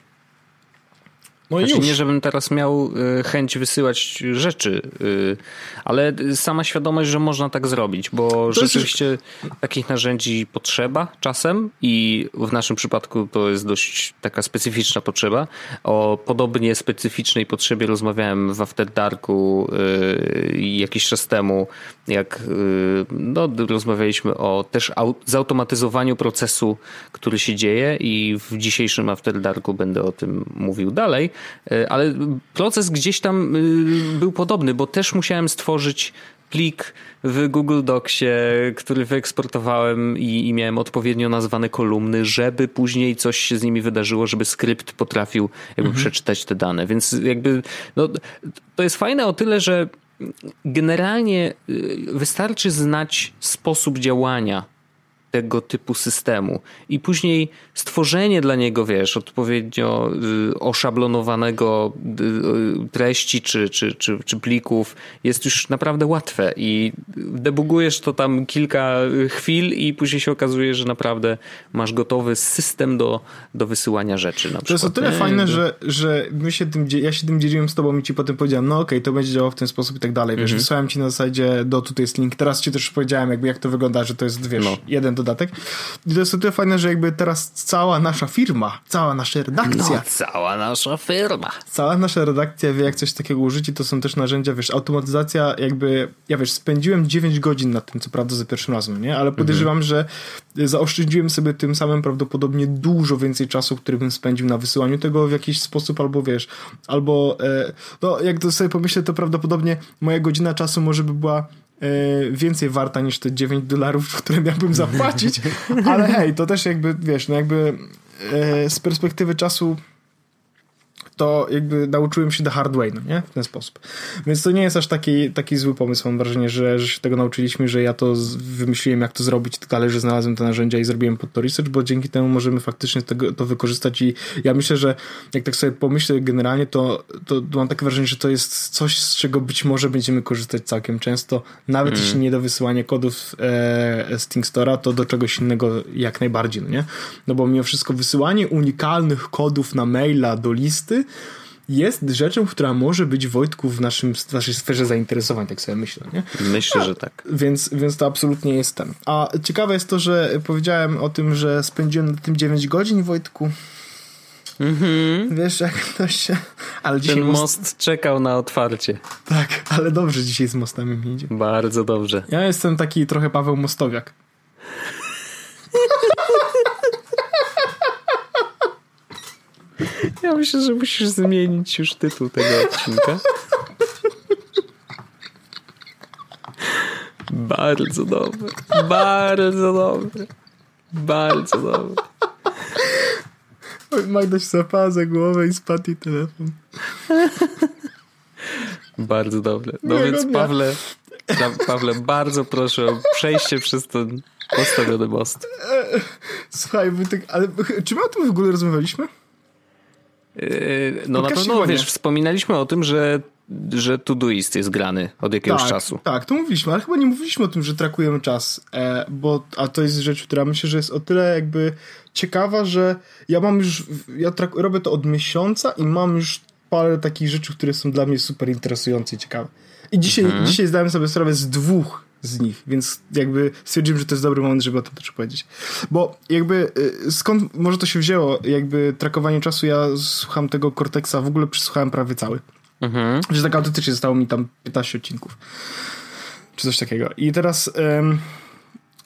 [SPEAKER 1] No
[SPEAKER 2] znaczy,
[SPEAKER 1] już.
[SPEAKER 2] Nie, żebym teraz miał chęć wysyłać rzeczy, ale sama świadomość, że można tak zrobić, bo to rzeczywiście takich narzędzi potrzeba czasem i w naszym przypadku to jest dość taka specyficzna potrzeba. O podobnie specyficznej potrzebie rozmawiałem w After Darku jakiś czas temu, jak rozmawialiśmy o też zautomatyzowaniu procesu, który się dzieje i w dzisiejszym After Darku będę o tym mówił dalej. Ale proces gdzieś tam był podobny, bo też musiałem stworzyć plik w Google Docsie, który wyeksportowałem i miałem odpowiednio nazwane kolumny, żeby później coś się z nimi wydarzyło, żeby skrypt potrafił jakby przeczytać te dane. Więc jakby to jest fajne o tyle, że generalnie wystarczy znać sposób działania tego typu systemu i później stworzenie dla niego, wiesz, odpowiednio oszablonowanego treści czy plików jest już naprawdę łatwe i debugujesz to tam kilka chwil i później się okazuje, że naprawdę masz gotowy system do wysyłania rzeczy na przykład.
[SPEAKER 1] To jest o tyle fajne, że ja się tym dzieliłem z tobą i ci potem powiedziałem, no okej, to będzie działało w ten sposób i tak dalej, wiesz, wysłałem ci na zasadzie tutaj jest link, teraz ci też powiedziałem jakby jak to wygląda, że to jest, wiesz, jeden dodatek. I to jest o tyle fajne, że jakby teraz cała nasza firma, cała nasza redakcja. Cała nasza redakcja wie, jak coś takiego użyć i to są też narzędzia, wiesz, automatyzacja jakby, ja wiesz, spędziłem 9 godzin nad tym, co prawda za pierwszym razem, nie? Ale podejrzewam, że zaoszczędziłem sobie tym samym prawdopodobnie dużo więcej czasu, który bym spędził na wysyłaniu tego w jakiś sposób, albo wiesz, no jak to sobie pomyślę, to prawdopodobnie moja godzina czasu może by była więcej warta niż te $9, które miałbym zapłacić, ale hej, to też jakby, wiesz, no jakby z perspektywy czasu to jakby nauczyłem się the hard way, no nie? W ten sposób. Więc to nie jest aż taki zły pomysł, mam wrażenie, że się tego nauczyliśmy, że ja to wymyśliłem, jak to zrobić, tak dalej, że znalazłem te narzędzia i zrobiłem pod to research, bo dzięki temu możemy faktycznie to wykorzystać i ja myślę, że jak tak sobie pomyślę generalnie, to mam takie wrażenie, że to jest coś, z czego być może będziemy korzystać całkiem często, nawet jeśli nie do wysyłania kodów z ThinkStore'a, to do czegoś innego jak najbardziej, no nie? No bo mimo wszystko wysyłanie unikalnych kodów na maila do listy jest rzeczą, która może być, Wojtku, w naszej sferze zainteresowań, tak sobie myślę, nie?
[SPEAKER 2] Myślę, że tak.
[SPEAKER 1] Więc to absolutnie jest ten. A ciekawe jest to, że powiedziałem o tym, że spędziłem na tym 9 godzin, Wojtku. Wiesz, jak to się... Ale dzisiaj
[SPEAKER 2] ten most czekał na otwarcie.
[SPEAKER 1] Tak, ale dobrze dzisiaj z mostami mi idzie.
[SPEAKER 2] Bardzo dobrze.
[SPEAKER 1] Ja jestem taki trochę Paweł Mostowiak.
[SPEAKER 2] Ja myślę, że musisz zmienić już tytuł tego odcinka. Bardzo dobre. Bardzo dobre. Bardzo dobre.
[SPEAKER 1] Oj, Magda się zapała za głowę i spadł jej telefon.
[SPEAKER 2] Bardzo dobre. No więc Pawle, bardzo proszę o przejście przez ten postawiony most.
[SPEAKER 1] Słuchaj, ale czy my o tym w ogóle rozmawialiśmy?
[SPEAKER 2] No na pewno, wiesz, wspominaliśmy o tym, że Todoist jest grany od jakiegoś czasu. Tak,
[SPEAKER 1] to mówiliśmy, ale chyba nie mówiliśmy o tym, że trakujemy czas, a to jest rzecz, która myślę, że jest o tyle jakby ciekawa, że ja robię to od miesiąca i mam już parę takich rzeczy, które są dla mnie super interesujące i ciekawe. I dzisiaj zdałem sobie sprawę z 2 z nich, więc jakby stwierdziłem, że to jest dobry moment, żeby o tym też powiedzieć. Bo jakby skąd może to się wzięło, jakby trakowanie czasu, ja słucham tego Cortexa, w ogóle przesłuchałem prawie cały. Że tak autentycznie zostało mi tam 15 odcinków. Czy coś takiego. I teraz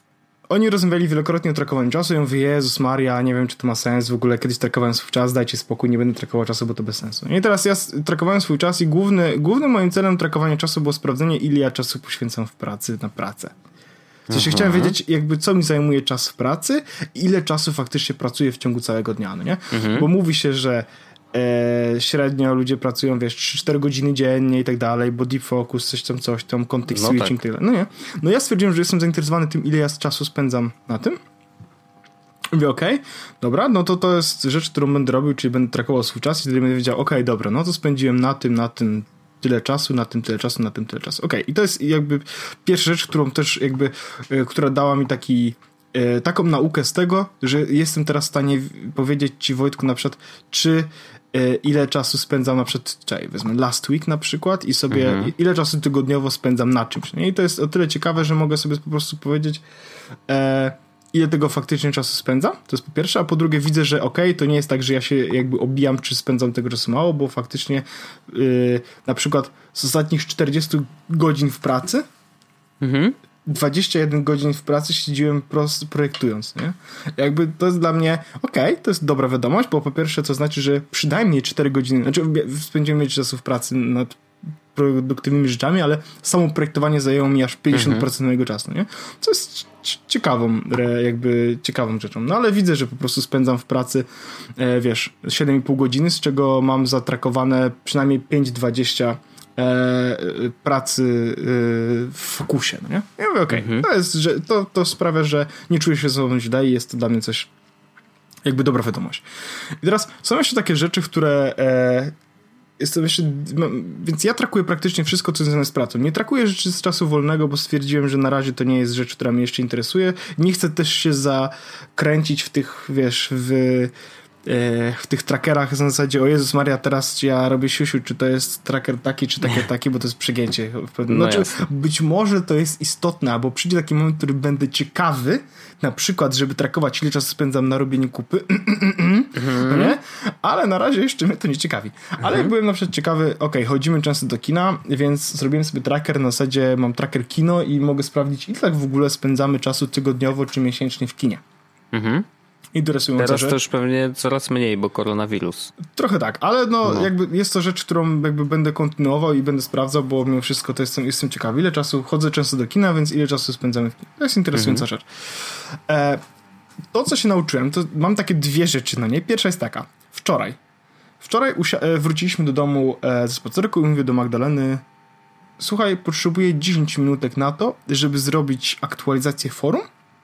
[SPEAKER 1] oni rozmawiali wielokrotnie o trakowaniu czasu. Ja mówię, Jezus Maria, nie wiem, czy to ma sens. W ogóle kiedyś trakowałem swój czas, dajcie spokój, nie będę trakował czasu, bo to bez sensu. I teraz ja trakowałem swój czas i głównym moim celem trakowania czasu było sprawdzenie, ile ja czasu poświęcam w pracy na pracę. W sensie chciałem wiedzieć, jakby co mi zajmuje czas w pracy i ile czasu faktycznie pracuję w ciągu całego dnia, no nie? Bo mówi się, że średnio ludzie pracują, wiesz, 3-4 godziny dziennie i tak dalej, bo deep focus, coś tam, context switching, tak. No nie. No ja stwierdziłem, że jestem zainteresowany tym, ile ja czasu spędzam na tym. Mówię, okej, dobra, no to jest rzecz, którą będę robił, czyli będę trakował swój czas i wtedy będę wiedział, okej, dobra, no to spędziłem na tym tyle czasu, na tym tyle czasu, na tym tyle czasu. Okej, i to jest jakby pierwsza rzecz, którą też jakby, która dała mi taką naukę z tego, że jestem teraz w stanie powiedzieć ci, Wojtku, na przykład, czy ile czasu spędzam na przykład, wezmę last week na przykład i sobie ile czasu tygodniowo spędzam na czymś. Nie? I to jest o tyle ciekawe, że mogę sobie po prostu powiedzieć ile tego faktycznie czasu spędzam, to jest po pierwsze, a po drugie widzę, że to nie jest tak, że ja się jakby obijam, czy spędzam tego czasu mało, bo faktycznie na przykład z ostatnich 40 godzin w pracy 21 godzin w pracy siedziłem projektując, nie? Jakby to jest dla mnie to jest dobra wiadomość, bo po pierwsze to znaczy, że przynajmniej 4 godziny, znaczy spędziłem mieć czasu w pracy nad produktywnymi rzeczami, ale samo projektowanie zajęło mi aż 50% mojego czasu, nie? Co jest ciekawą rzeczą. No ale widzę, że po prostu spędzam w pracy 7,5 godziny, z czego mam zatrakowane przynajmniej 5-20 pracy w fokusie, no nie? Ja mówię, to jest, że to sprawia, że nie czuję się ze sobą źle i jest to dla mnie coś jakby dobra wiadomość. I teraz są jeszcze takie rzeczy, które więc ja trakuję praktycznie wszystko, co związane z pracą. Nie trakuję rzeczy z czasu wolnego, bo stwierdziłem, że na razie to nie jest rzecz, która mnie jeszcze interesuje. Nie chcę też się zakręcić w tych, w tych trackerach na zasadzie, o Jezus Maria, teraz ja robię siusiu, czy to jest tracker taki, czy taki, bo to jest przegięcie. Znaczy, być może to jest istotne, bo przyjdzie taki moment, który będę ciekawy, na przykład, żeby trakować, ile czasu spędzam na robieniu kupy, nie? Ale na razie jeszcze mnie to nie ciekawi. Ale jak byłem na przykład ciekawy, chodzimy często do kina, więc zrobiłem sobie tracker, na zasadzie mam tracker kino i mogę sprawdzić, ile tak w ogóle spędzamy czasu tygodniowo czy miesięcznie w kinie. Interesująca
[SPEAKER 2] Teraz
[SPEAKER 1] rzecz.
[SPEAKER 2] też pewnie coraz mniej, bo koronawirus.
[SPEAKER 1] Trochę tak, ale jakby jest to rzecz, którą jakby będę kontynuował i będę sprawdzał, bo mimo wszystko to jestem ciekawy, ile czasu chodzę często do kina, więc ile czasu spędzamy w kinie. To jest interesująca rzecz. To, co się nauczyłem, to mam takie dwie rzeczy na niej. Pierwsza jest taka. Wczoraj wróciliśmy do domu ze spacerku i mówię do Magdaleny, słuchaj, potrzebuję 10 minutek na to, żeby zrobić aktualizację forum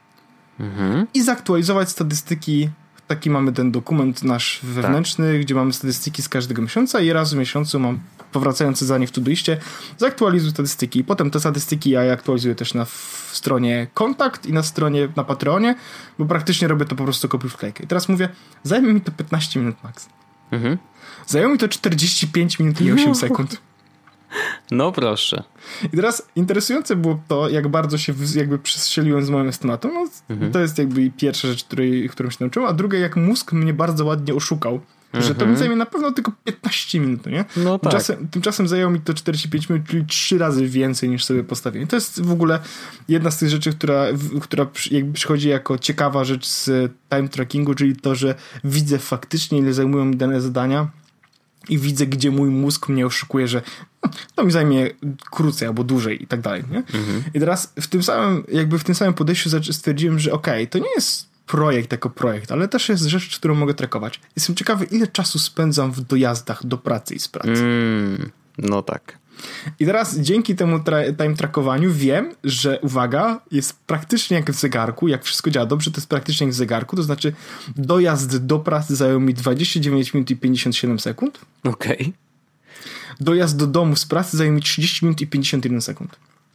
[SPEAKER 1] i zaktualizować statystyki. Taki mamy ten dokument nasz wewnętrzny, gdzie mamy statystyki z każdego miesiąca i raz w miesiącu mam powracające zadanie w Todoiście, zaktualizuj statystyki i potem te statystyki ja aktualizuję też w stronie kontakt i na Patreonie, bo praktycznie robię to po prostu kopiuj wklejkę. I teraz mówię, zajmie mi to 15 minut max. Zajęło mi to 45 minut i 8 sekund.
[SPEAKER 2] No proszę.
[SPEAKER 1] I teraz interesujące było to, jak bardzo się jakby przestrzeliłem z moją estymacją. To jest jakby pierwsza rzecz, którą się nauczyłem, a druga, jak mózg mnie bardzo ładnie oszukał, że to mi zajmie na pewno tylko 15 minut, nie? No tak. Tymczasem zajęło mi to 45 minut, czyli 3 razy więcej niż sobie postawiłem. To jest w ogóle jedna z tych rzeczy, która jakby przychodzi jako ciekawa rzecz z time trackingu, czyli to, że widzę faktycznie, ile zajmują mi dane zadania i widzę, gdzie mój mózg mnie oszukuje, że to mi zajmie krócej albo dłużej i tak dalej, nie? I teraz w tym samym podejściu stwierdziłem, że to nie jest projekt jako projekt, ale też jest rzecz, którą mogę trackować. Jestem ciekawy, ile czasu spędzam w dojazdach do pracy i z pracy.
[SPEAKER 2] No tak.
[SPEAKER 1] I teraz dzięki temu time trackowaniu wiem, że uwaga, jest praktycznie jak w zegarku, jak wszystko działa dobrze, to jest praktycznie jak w zegarku, to znaczy dojazd do pracy zajął mi 29 minut i 57 sekund.
[SPEAKER 2] Okej.
[SPEAKER 1] Dojazd do domu z pracy zajął mi 30 minut i 51 sekund.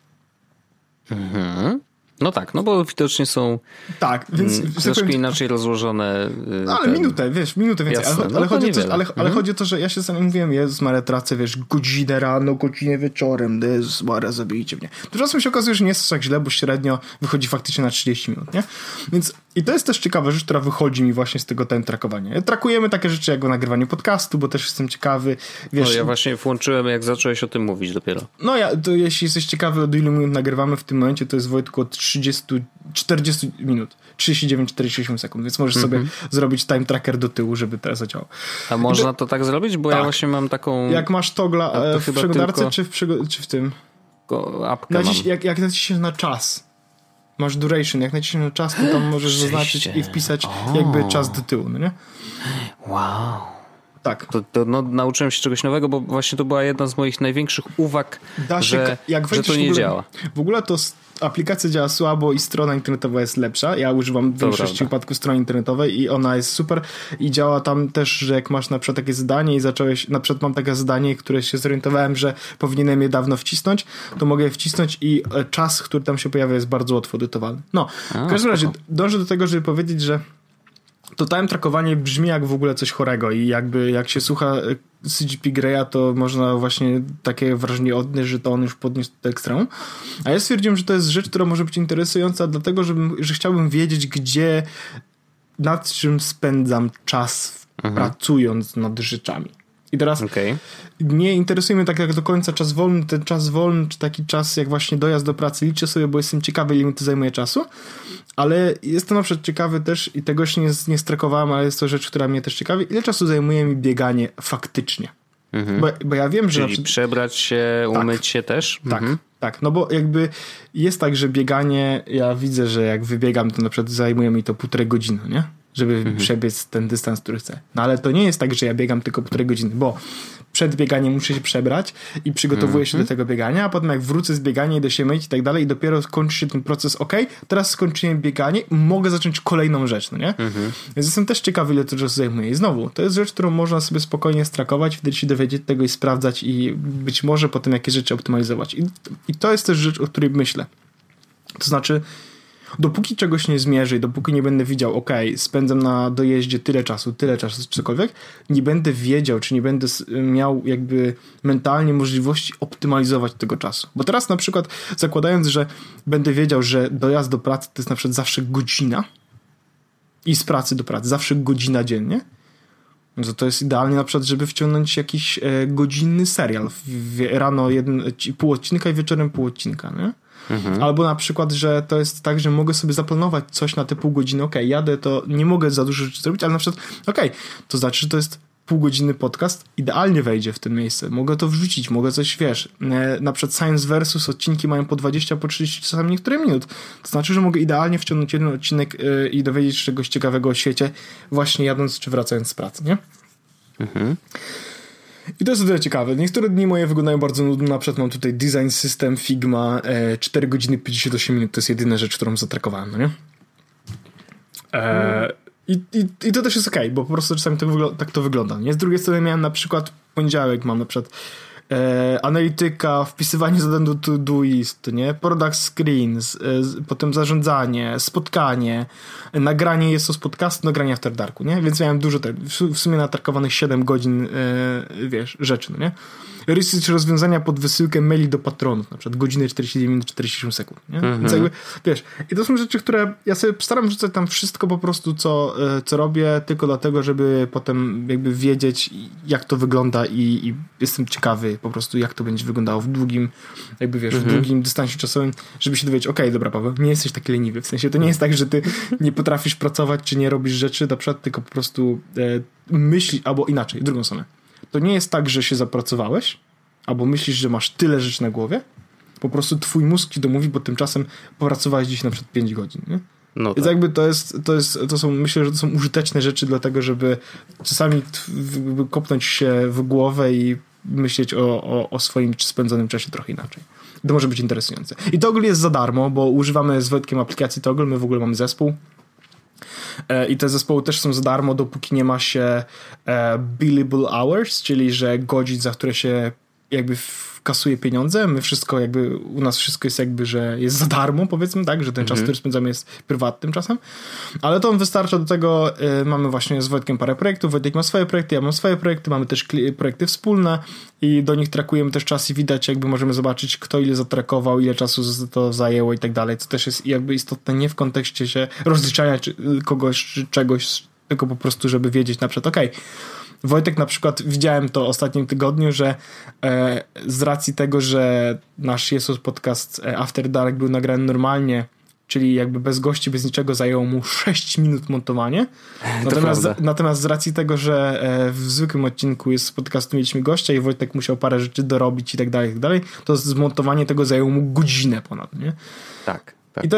[SPEAKER 2] No tak, no bo widocznie są
[SPEAKER 1] więc
[SPEAKER 2] troszkę inaczej rozłożone.
[SPEAKER 1] Ale minutę więcej.
[SPEAKER 2] Jasne,
[SPEAKER 1] ale chodzi o to, że ja się sam mówiłem, Jezus Maria, tracę, godzinę rano, godzinę wieczorem, Jezus Maria, zabijcie mnie. Tymczasem się okazuje, że nie jest tak źle, bo średnio wychodzi faktycznie na 30 minut, nie? Więc i to jest też ciekawa rzecz, która wychodzi mi właśnie z tego time trackowania. Trakujemy takie rzeczy jak o nagrywaniu podcastu, bo też jestem ciekawy.
[SPEAKER 2] Wiesz, ja właśnie włączyłem, jak zacząłeś o tym mówić dopiero.
[SPEAKER 1] To jeśli jesteś ciekawy, od ilu minut nagrywamy w tym momencie, to jest, Wojtku, od 40 minut. 39-48 sekund, więc możesz sobie zrobić time tracker do tyłu, żeby teraz zadziałał.
[SPEAKER 2] A można to tak zrobić? Bo tak. Ja właśnie mam taką...
[SPEAKER 1] Jak masz togla w przeglądarce czy w tym?
[SPEAKER 2] Apkę
[SPEAKER 1] jak naciśniesz na czas, masz duration, jak naciśniesz na czas, to tam możesz zaznaczyć i wpisać jakby czas do tyłu, no nie?
[SPEAKER 2] Wow.
[SPEAKER 1] Tak.
[SPEAKER 2] To nauczyłem się czegoś nowego, bo właśnie to była jedna z moich największych uwag, że to nie działa.
[SPEAKER 1] W ogóle to aplikacja działa słabo i strona internetowa jest lepsza. Ja używam w większości wypadków strony internetowej i ona jest super i działa tam też, że jak masz na przykład takie zadanie i zacząłeś, na przykład mam takie zadanie, które się zorientowałem, że powinienem je dawno wcisnąć, to mogę je wcisnąć i czas, który tam się pojawia, jest bardzo łatwo edytowalny. No, w każdym razie dążę do tego, żeby powiedzieć, że to time trackowanie brzmi jak w ogóle coś chorego i jakby jak się słucha CGP Greya, to można właśnie takie wrażenie odnieść, że to on już podniósł do ekstremu. A ja stwierdziłem, że to jest rzecz, która może być interesująca, dlatego, że chciałbym wiedzieć, nad czym spędzam czas pracując nad rzeczami. I teraz nie interesuje mnie tak jak do końca czas wolny, ten czas wolny, czy taki czas jak właśnie dojazd do pracy liczę sobie, bo jestem ciekawy, ile mi to zajmuje czasu, ale jestem na przykład ciekawy też i tego się nie strakowałem, ale jest to rzecz, która mnie też ciekawi, ile czasu zajmuje mi bieganie faktycznie. Bo ja wiem, że...
[SPEAKER 2] Czyli przebrać się, umyć się też?
[SPEAKER 1] Tak, no bo jakby jest tak, że bieganie, ja widzę, że jak wybiegam, to na przykład zajmuje mi to 1,5 godziny, nie? Żeby przebiec ten dystans, który chcę. No ale to nie jest tak, że ja biegam tylko 1,5 godziny, bo przed bieganiem muszę się przebrać i przygotowuję się do tego biegania, a potem jak wrócę z biegania, idę się myć i tak dalej i dopiero kończy się ten proces, teraz skończyłem bieganie i mogę zacząć kolejną rzecz, no nie? Więc jestem też ciekawy, ile to czasu zajmuje. I znowu, to jest rzecz, którą można sobie spokojnie strakować, wtedy się dowiedzieć tego i sprawdzać i być może potem jakieś rzeczy optymalizować. I to jest też rzecz, o której myślę. To znaczy, dopóki czegoś nie zmierzę i dopóki nie będę widział, spędzam na dojeździe tyle czasu, czy cokolwiek, nie będę wiedział, czy nie będę miał jakby mentalnie możliwości optymalizować tego czasu. Bo teraz na przykład zakładając, że będę wiedział, że dojazd do pracy to jest na przykład zawsze godzina i z pracy do pracy zawsze godzina dziennie, no to jest idealnie na przykład, żeby wciągnąć jakiś godzinny serial. Rano pół odcinka i wieczorem pół odcinka, nie? Albo na przykład, że to jest tak, że mogę sobie zaplanować coś na te pół godziny, jadę, to nie mogę za dużo rzeczy zrobić, ale na przykład, to znaczy, że to jest półgodzinny podcast, idealnie wejdzie w to miejsce, mogę to wrzucić, mogę coś, na przykład Science Versus odcinki mają po 20, po 30 czasami niektóre minut, to znaczy, że mogę idealnie wciągnąć jeden odcinek i dowiedzieć się czegoś ciekawego o świecie, właśnie jadąc czy wracając z pracy, nie? I to jest o tyle ciekawe. Niektóre dni moje wyglądają bardzo nudno. Na przykład mam tutaj Design System, Figma, 4 godziny 58 minut. To jest jedyna rzecz, którą zatrakowałem, no nie? I to też jest okej, bo po prostu czasami tak to wygląda. Nie? Z drugiej strony miałem na przykład poniedziałek, mam na przykład analityka, wpisywanie zadań do Todoist, nie? Product screens, potem zarządzanie, spotkanie, nagranie jest to z podcastu, nagranie After Darku, nie? Więc miałem dużo w sumie natarkowanych 7 godzin rzeczy, no nie? Research rozwiązania pod wysyłkę maili do patronów, na przykład godziny 49 minut 47 sekund, nie? Więc jakby, i to są rzeczy, które ja sobie staram rzucać tam wszystko po prostu, co robię, tylko dlatego, żeby potem jakby wiedzieć, jak to wygląda i jestem ciekawy po prostu, jak to będzie wyglądało w długim, jakby w długim dystansie czasowym, żeby się dowiedzieć, dobra Paweł, nie jesteś taki leniwy, w sensie to nie jest tak, że ty nie potrafisz pracować, czy nie robisz rzeczy na przykład, tylko po prostu myślisz, albo inaczej, drugą stronę. To nie jest tak, że się zapracowałeś, albo myślisz, że masz tyle rzeczy na głowie, po prostu twój mózg ci domówi, bo tymczasem popracowałeś dziś na przykład 5 godzin, nie? No tak. Więc jakby to są, myślę, że to są użyteczne rzeczy, dlatego, żeby czasami kopnąć się w głowę i myśleć o swoim spędzonym czasie trochę inaczej. To może być interesujące. I Toggl jest za darmo, bo używamy z Wojtkiem aplikacji Toggl, my w ogóle mamy zespół. I te zespoły też są za darmo, dopóki nie ma się billable hours, czyli że godzin, za które się jakby kasuje pieniądze. My wszystko jakby, u nas wszystko jest jakby, że jest za darmo, powiedzmy, tak, że ten czas, który spędzamy, jest prywatnym czasem. Ale to wystarcza do tego, mamy właśnie z Wojtkiem parę projektów, Wojtek ma swoje projekty, ja mam swoje projekty, mamy też projekty wspólne i do nich trakujemy też czas i widać, jakby możemy zobaczyć, kto ile zatrakował, ile czasu to zajęło i tak dalej, co też jest jakby istotne nie w kontekście się rozliczania kogoś czy czegoś, tylko po prostu, żeby wiedzieć na przykład, Wojtek na przykład, widziałem to w ostatnim tygodniu, że z racji tego, że nasz Jesus podcast After Dark był nagrany normalnie czyli jakby bez gości, bez niczego zajęło mu 6 minut montowanie. Natomiast z racji tego, że w zwykłym odcinku z podcastu mieliśmy gościa i Wojtek musiał parę rzeczy dorobić i tak dalej, to zmontowanie tego zajęło mu godzinę ponad, nie?
[SPEAKER 2] Tak.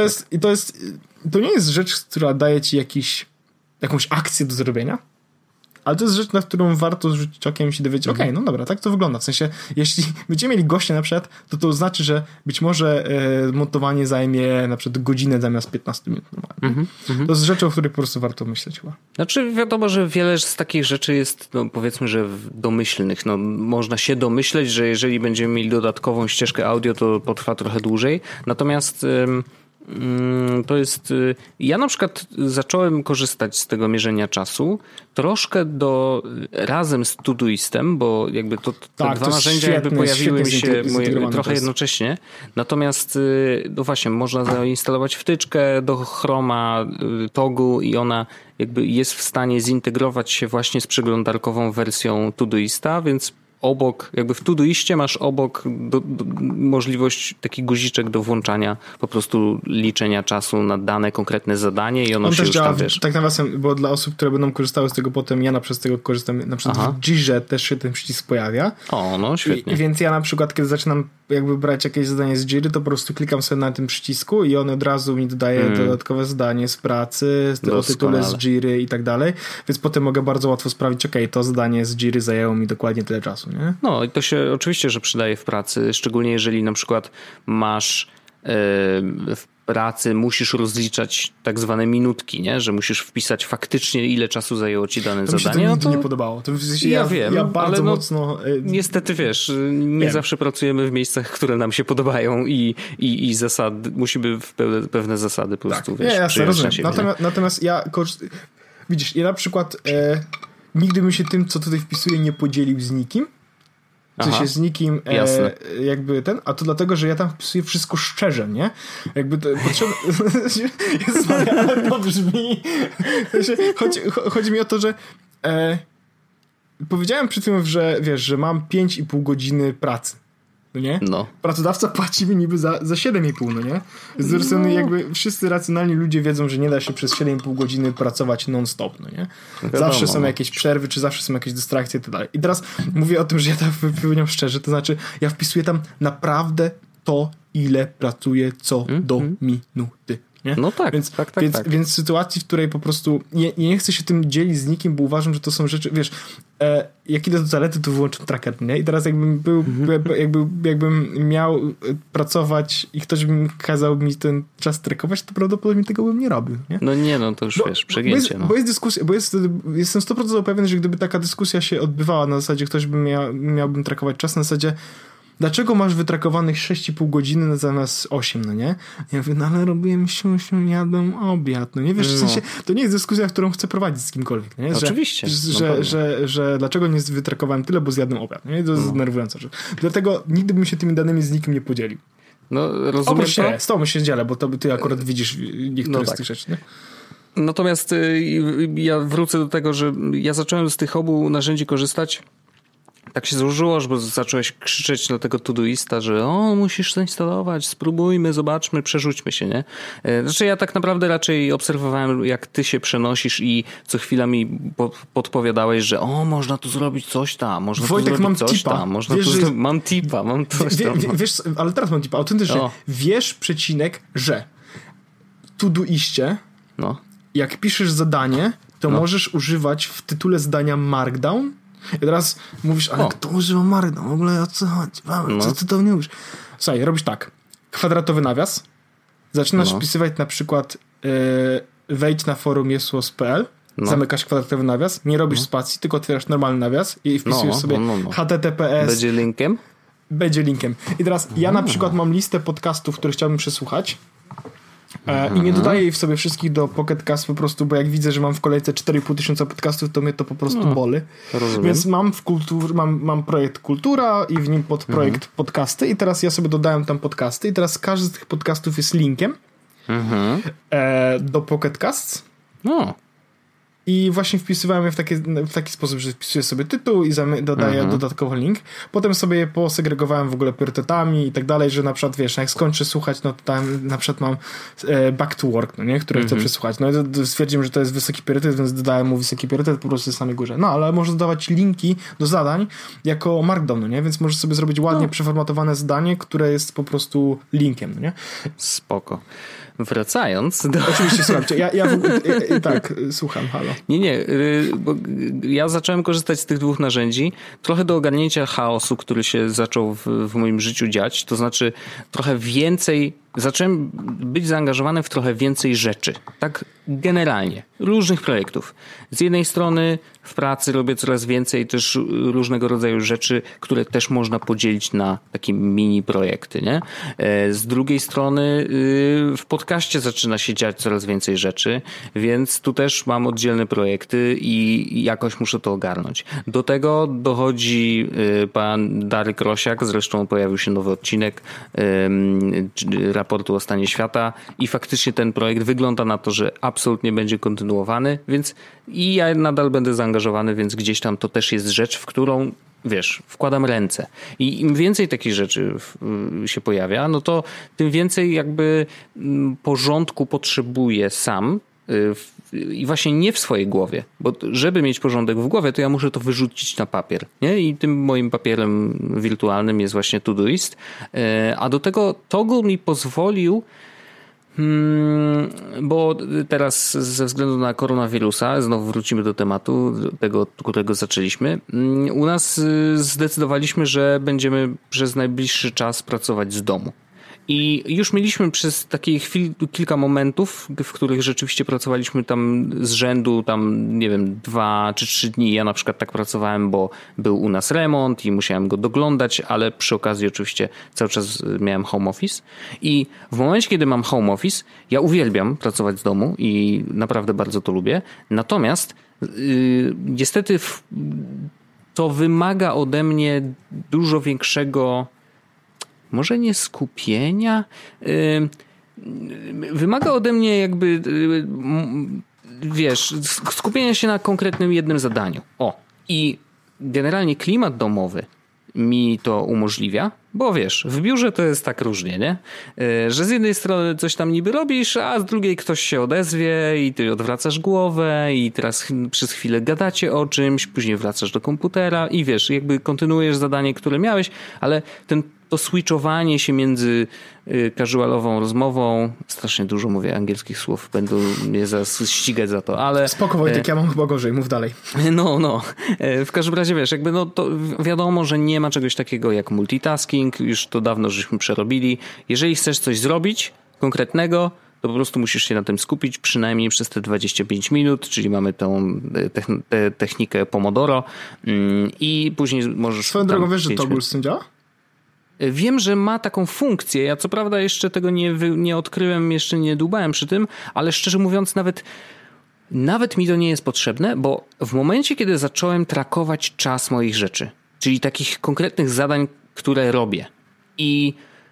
[SPEAKER 1] To nie jest rzecz, która daje ci jakąś akcję do zrobienia, ale to jest rzecz, na którą warto rzucić okiem i się dowiedzieć, okej, no dobra, tak to wygląda. W sensie, jeśli będziemy mieli gościa na przykład, to znaczy, że być może montowanie zajmie na przykład godzinę zamiast 15 minut. To jest rzeczą, o której po prostu warto myśleć chyba.
[SPEAKER 2] Znaczy wiadomo, że wiele z takich rzeczy jest, no powiedzmy, że domyślnych. No, można się domyśleć, że jeżeli będziemy mieli dodatkową ścieżkę audio, to potrwa trochę dłużej. Natomiast to jest... Ja na przykład zacząłem korzystać z tego mierzenia czasu troszkę razem z Todoistem, bo jakby te dwa narzędzia jakby pojawiły mi się trochę jednocześnie. Natomiast no właśnie, można zainstalować wtyczkę do Chroma, Togu i ona jakby jest w stanie zintegrować się właśnie z przeglądarkową wersją Todoista, więc jakby w Todoiście masz obok możliwość taki guziczek do włączania po prostu liczenia czasu na dane konkretne zadanie i ono się już tam, wiesz.
[SPEAKER 1] Tak nawiasem, bo dla osób, które będą korzystały z tego potem, ja z tego korzystam, na przykład w Jirze też się ten przycisk pojawia.
[SPEAKER 2] O, no świetnie.
[SPEAKER 1] Więc ja na przykład, kiedy zaczynam jakby brać jakieś zadanie z Jiry, to po prostu klikam sobie na tym przycisku i on od razu mi dodaje dodatkowe zadanie z pracy, o tytule z Jiry i tak dalej, więc potem mogę bardzo łatwo sprawdzić, to zadanie z Jiry zajęło mi dokładnie tyle czasu, nie?
[SPEAKER 2] No i to się oczywiście, że przydaje w pracy, szczególnie jeżeli na przykład masz w pracy, musisz rozliczać tak zwane minutki, nie? Że musisz wpisać faktycznie, ile czasu zajęło ci dane zadanie.
[SPEAKER 1] To mi się nie podobało. To w sensie
[SPEAKER 2] ja wiem,
[SPEAKER 1] ja bardzo
[SPEAKER 2] ale
[SPEAKER 1] mocno...
[SPEAKER 2] Niestety wiesz, nie zawsze pracujemy w miejscach, które nam się podobają i zasady, musimy pewne zasady po prostu
[SPEAKER 1] przyjąć na siebie. Natomiast widzisz, ja na przykład nigdy bym się tym, co tutaj wpisuję, nie podzielił z nikim. W sensie z nikim jakby a to dlatego, że ja tam wpisuję wszystko szczerze, nie? Jakby to potrzebne... ale to brzmi... W sensie, chodzi mi o to, że powiedziałem przy tym, że wiesz, że mam 5,5 godziny pracy. No nie?
[SPEAKER 2] No.
[SPEAKER 1] Pracodawca płaci mi niby za 7,5, no nie? Z drugiej strony jakby wszyscy racjonalni ludzie wiedzą, że nie da się przez 7,5 godziny pracować non-stop, no nie? Zawsze są jakieś przerwy, czy zawsze są jakieś dystrakcje i tak dalej. I teraz mówię o tym, że ja tam powiedziałem szczerze, to znaczy ja wpisuję tam naprawdę to, ile pracuję co do minuty. Nie?
[SPEAKER 2] No tak,
[SPEAKER 1] więc w sytuacji, w której po prostu nie chcę się tym dzielić z nikim, bo uważam, że to są rzeczy, wiesz, jak idę do toalety, to wyłączam tracker, nie? I teraz jakbym miał pracować i ktoś by mi kazał mi ten czas trackować, to prawdopodobnie tego bym nie robił, nie?
[SPEAKER 2] No nie, no to już wiesz, przegięcie.
[SPEAKER 1] Bo jest dyskusja, jestem 100% pewien, że gdyby taka dyskusja się odbywała na zasadzie, ktoś by miałbym trackować czas na zasadzie, dlaczego masz wytrakowanych 6,5 godziny zamiast 8, no nie? Ja mówię, no ale robiłem siusiu, jadłem obiad, no nie? Wiesz, w sensie, to nie jest dyskusja, którą chcę prowadzić z kimkolwiek, nie?
[SPEAKER 2] Oczywiście.
[SPEAKER 1] Że dlaczego nie wytrakowałem tyle, bo zjadłem obiad, nie? To jest denerwujące rzecz. Dlatego nigdy bym się tymi danymi z nikim nie podzielił.
[SPEAKER 2] No, rozumiem
[SPEAKER 1] z tobą się dzielę, bo ty akurat widzisz niektóre z tych rzeczy, nie?
[SPEAKER 2] Natomiast ja wrócę do tego, że ja zacząłem z tych obu narzędzi korzystać. Tak się złożyło, że zacząłeś krzyczeć do tego Todoista, że musisz zainstalować, spróbujmy, zobaczmy, przerzućmy się, nie? Znaczy ja tak naprawdę raczej obserwowałem, jak ty się przenosisz i co chwila mi podpowiadałeś, że można tu zrobić coś tam, można
[SPEAKER 1] Wojtek,
[SPEAKER 2] tu zrobić
[SPEAKER 1] mam
[SPEAKER 2] coś
[SPEAKER 1] tipa.
[SPEAKER 2] tam, można
[SPEAKER 1] wiesz,
[SPEAKER 2] tu mam tipa, mam coś tam.
[SPEAKER 1] Wiesz, ale teraz mam tipa, autentycznie. Wiesz, że w Todoiście, jak piszesz zadanie, to możesz używać w tytule zadania Markdown. I teraz mówisz, ale kto używa Markdown? W ogóle o co chodzi? Co ty to nie mówisz? Słuchaj, robisz tak. Kwadratowy nawias. Zaczynasz wpisywać na przykład wejdź na forum jesłos.pl, zamykasz kwadratowy nawias, nie robisz spacji, tylko otwierasz normalny nawias i wpisujesz sobie https.
[SPEAKER 2] Będzie linkiem?
[SPEAKER 1] Będzie linkiem. I teraz ja na przykład mam listę podcastów, które chciałbym przesłuchać. I nie dodaję jej w sobie wszystkich do Pocket Cast po prostu, bo jak widzę, że mam w kolejce 4,5 tysiąca podcastów, to mnie to po prostu boli.
[SPEAKER 2] Rozumiem.
[SPEAKER 1] Więc mam projekt Kultura i w nim podprojekt podcasty i teraz ja sobie dodałem tam podcasty i teraz każdy z tych podcastów jest linkiem do Pocket Casts. i właśnie wpisywałem je w taki sposób, że wpisuję sobie tytuł i dodaję dodatkowo link. Potem sobie je posegregowałem w ogóle priorytetami i tak dalej, że na przykład, wiesz, jak skończę słuchać, no to tam na przykład mam back to work, no nie, które chcę przesłuchać. No i stwierdziłem, że to jest wysoki priorytet, więc dodałem mu wysoki priorytet po prostu na samej górze. No, ale możesz dodawać linki do zadań jako markdown, no nie? Więc możesz sobie zrobić ładnie przeformatowane zadanie, które jest po prostu linkiem, no nie?
[SPEAKER 2] Spoko. Wracając do...
[SPEAKER 1] Oczywiście, słuchajcie, tak, słucham, halo.
[SPEAKER 2] Nie, bo ja zacząłem korzystać z tych dwóch narzędzi trochę do ogarnięcia chaosu, który się zaczął w moim życiu dziać, to znaczy trochę więcej, zacząłem być zaangażowany w trochę więcej rzeczy, tak generalnie, różnych projektów. Z jednej strony w pracy robię coraz więcej też różnego rodzaju rzeczy, które też można podzielić na takie mini projekty, nie? Z drugiej strony w podcaście zaczyna się dziać coraz więcej rzeczy, więc tu też mam oddzielne projekty i jakoś muszę to ogarnąć. Do tego dochodzi pan Darek Rosiak, zresztą pojawił się nowy odcinek raportu o stanie świata i faktycznie ten projekt wygląda na to, że absolutnie będzie kontynuowany, więc i ja nadal będę zaangażowany, więc gdzieś tam to też jest rzecz, w którą, wiesz, wkładam ręce. I im więcej takich rzeczy się pojawia, no to tym więcej jakby porządku potrzebuję sam i właśnie nie w swojej głowie, bo żeby mieć porządek w głowie, to ja muszę to wyrzucić na papier, nie? I tym moim papierem wirtualnym jest właśnie Todoist, a do tego Toggle mi pozwolił, bo teraz ze względu na koronawirusa, znowu wrócimy do tematu, tego, którego zaczęliśmy, u nas zdecydowaliśmy, że będziemy przez najbliższy czas pracować z domu. I już mieliśmy przez takie kilka momentów, w których rzeczywiście pracowaliśmy tam z rzędu, nie wiem, 2 czy 3 dni. Ja na przykład tak pracowałem, bo był u nas remont i musiałem go doglądać, ale przy okazji oczywiście cały czas miałem home office. I w momencie, kiedy mam home office, ja uwielbiam pracować z domu i naprawdę bardzo to lubię. Natomiast niestety to wymaga ode mnie dużo większego, może nie skupienia, wymaga ode mnie jakby, wiesz, skupienia się na konkretnym jednym zadaniu. I generalnie klimat domowy mi to umożliwia, bo wiesz, w biurze to jest tak różnie, nie? Że z jednej strony coś tam niby robisz, a z drugiej ktoś się odezwie i ty odwracasz głowę i teraz przez chwilę gadacie o czymś, później wracasz do komputera i wiesz, jakby kontynuujesz zadanie, które miałeś, ale to switchowanie się między casualową rozmową, strasznie dużo mówię angielskich słów, będą mnie zaraz ścigać za to, ale...
[SPEAKER 1] Spoko Wojtek, ja mam chyba gorzej, mów dalej.
[SPEAKER 2] No. W każdym razie wiesz, jakby to wiadomo, że nie ma czegoś takiego jak multitasking, już to dawno żeśmy przerobili. Jeżeli chcesz coś zrobić konkretnego, to po prostu musisz się na tym skupić przynajmniej przez te 25 minut, czyli mamy tą technikę Pomodoro i później możesz...
[SPEAKER 1] Swoją drogą wiesz, że Toggle z tym działa?
[SPEAKER 2] Wiem, że ma taką funkcję. Ja co prawda jeszcze tego nie odkryłem, jeszcze nie dłubałem przy tym, ale szczerze mówiąc nawet mi to nie jest potrzebne, bo w momencie, kiedy zacząłem trakować czas moich rzeczy, czyli takich konkretnych zadań, które robię i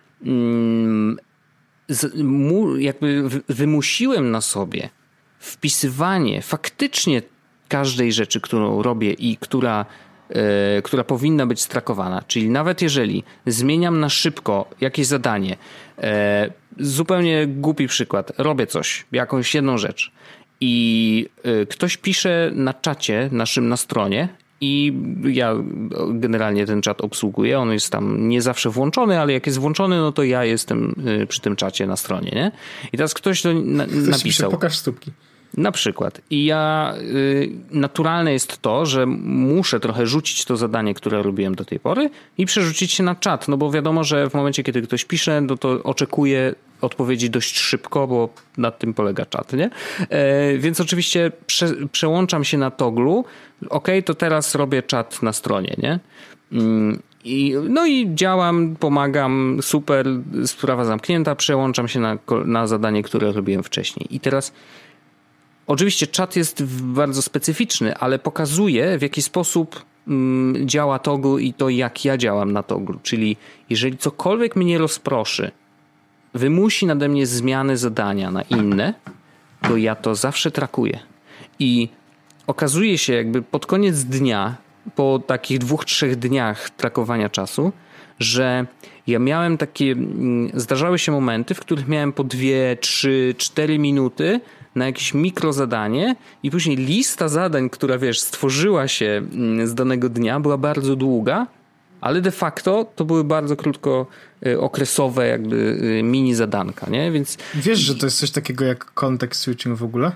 [SPEAKER 2] jakby wymusiłem na sobie wpisywanie faktycznie każdej rzeczy, którą robię i która powinna być strakowana. Czyli nawet jeżeli zmieniam na szybko jakieś zadanie, zupełnie głupi przykład, robię coś, jakąś jedną rzecz i ktoś pisze na czacie naszym na stronie i ja generalnie ten czat obsługuję, on jest tam nie zawsze włączony, ale jak jest włączony, no to ja jestem przy tym czacie na stronie, nie? I teraz ktoś to napisał.
[SPEAKER 1] Pokaż stópki.
[SPEAKER 2] Na przykład. I ja naturalne jest to, że muszę trochę rzucić to zadanie, które robiłem do tej pory i przerzucić się na czat, no bo wiadomo, że w momencie, kiedy ktoś pisze, no to oczekuję odpowiedzi dość szybko, bo nad tym polega czat, nie? Więc oczywiście przełączam się na Togglu. To teraz robię czat na stronie, nie? No i działam, pomagam, super, sprawa zamknięta, przełączam się na zadanie, które robiłem wcześniej. I teraz oczywiście czat jest bardzo specyficzny, ale pokazuje, w jaki sposób działa Toggle i to, jak ja działam na Toggle. Czyli jeżeli cokolwiek mnie rozproszy, wymusi nade mnie zmiany zadania na inne, to ja to zawsze trakuję. I okazuje się jakby pod koniec dnia, po takich 2-3 dniach trakowania czasu, że ja miałem zdarzały się momenty, w których miałem po 2, 3, 4 minuty na jakieś mikrozadanie i później lista zadań, która stworzyła się z danego dnia, była bardzo długa, ale de facto to były bardzo krótkookresowe jakby mini zadanka, nie? Więc
[SPEAKER 1] wiesz, że to jest coś takiego jak context switching w ogóle?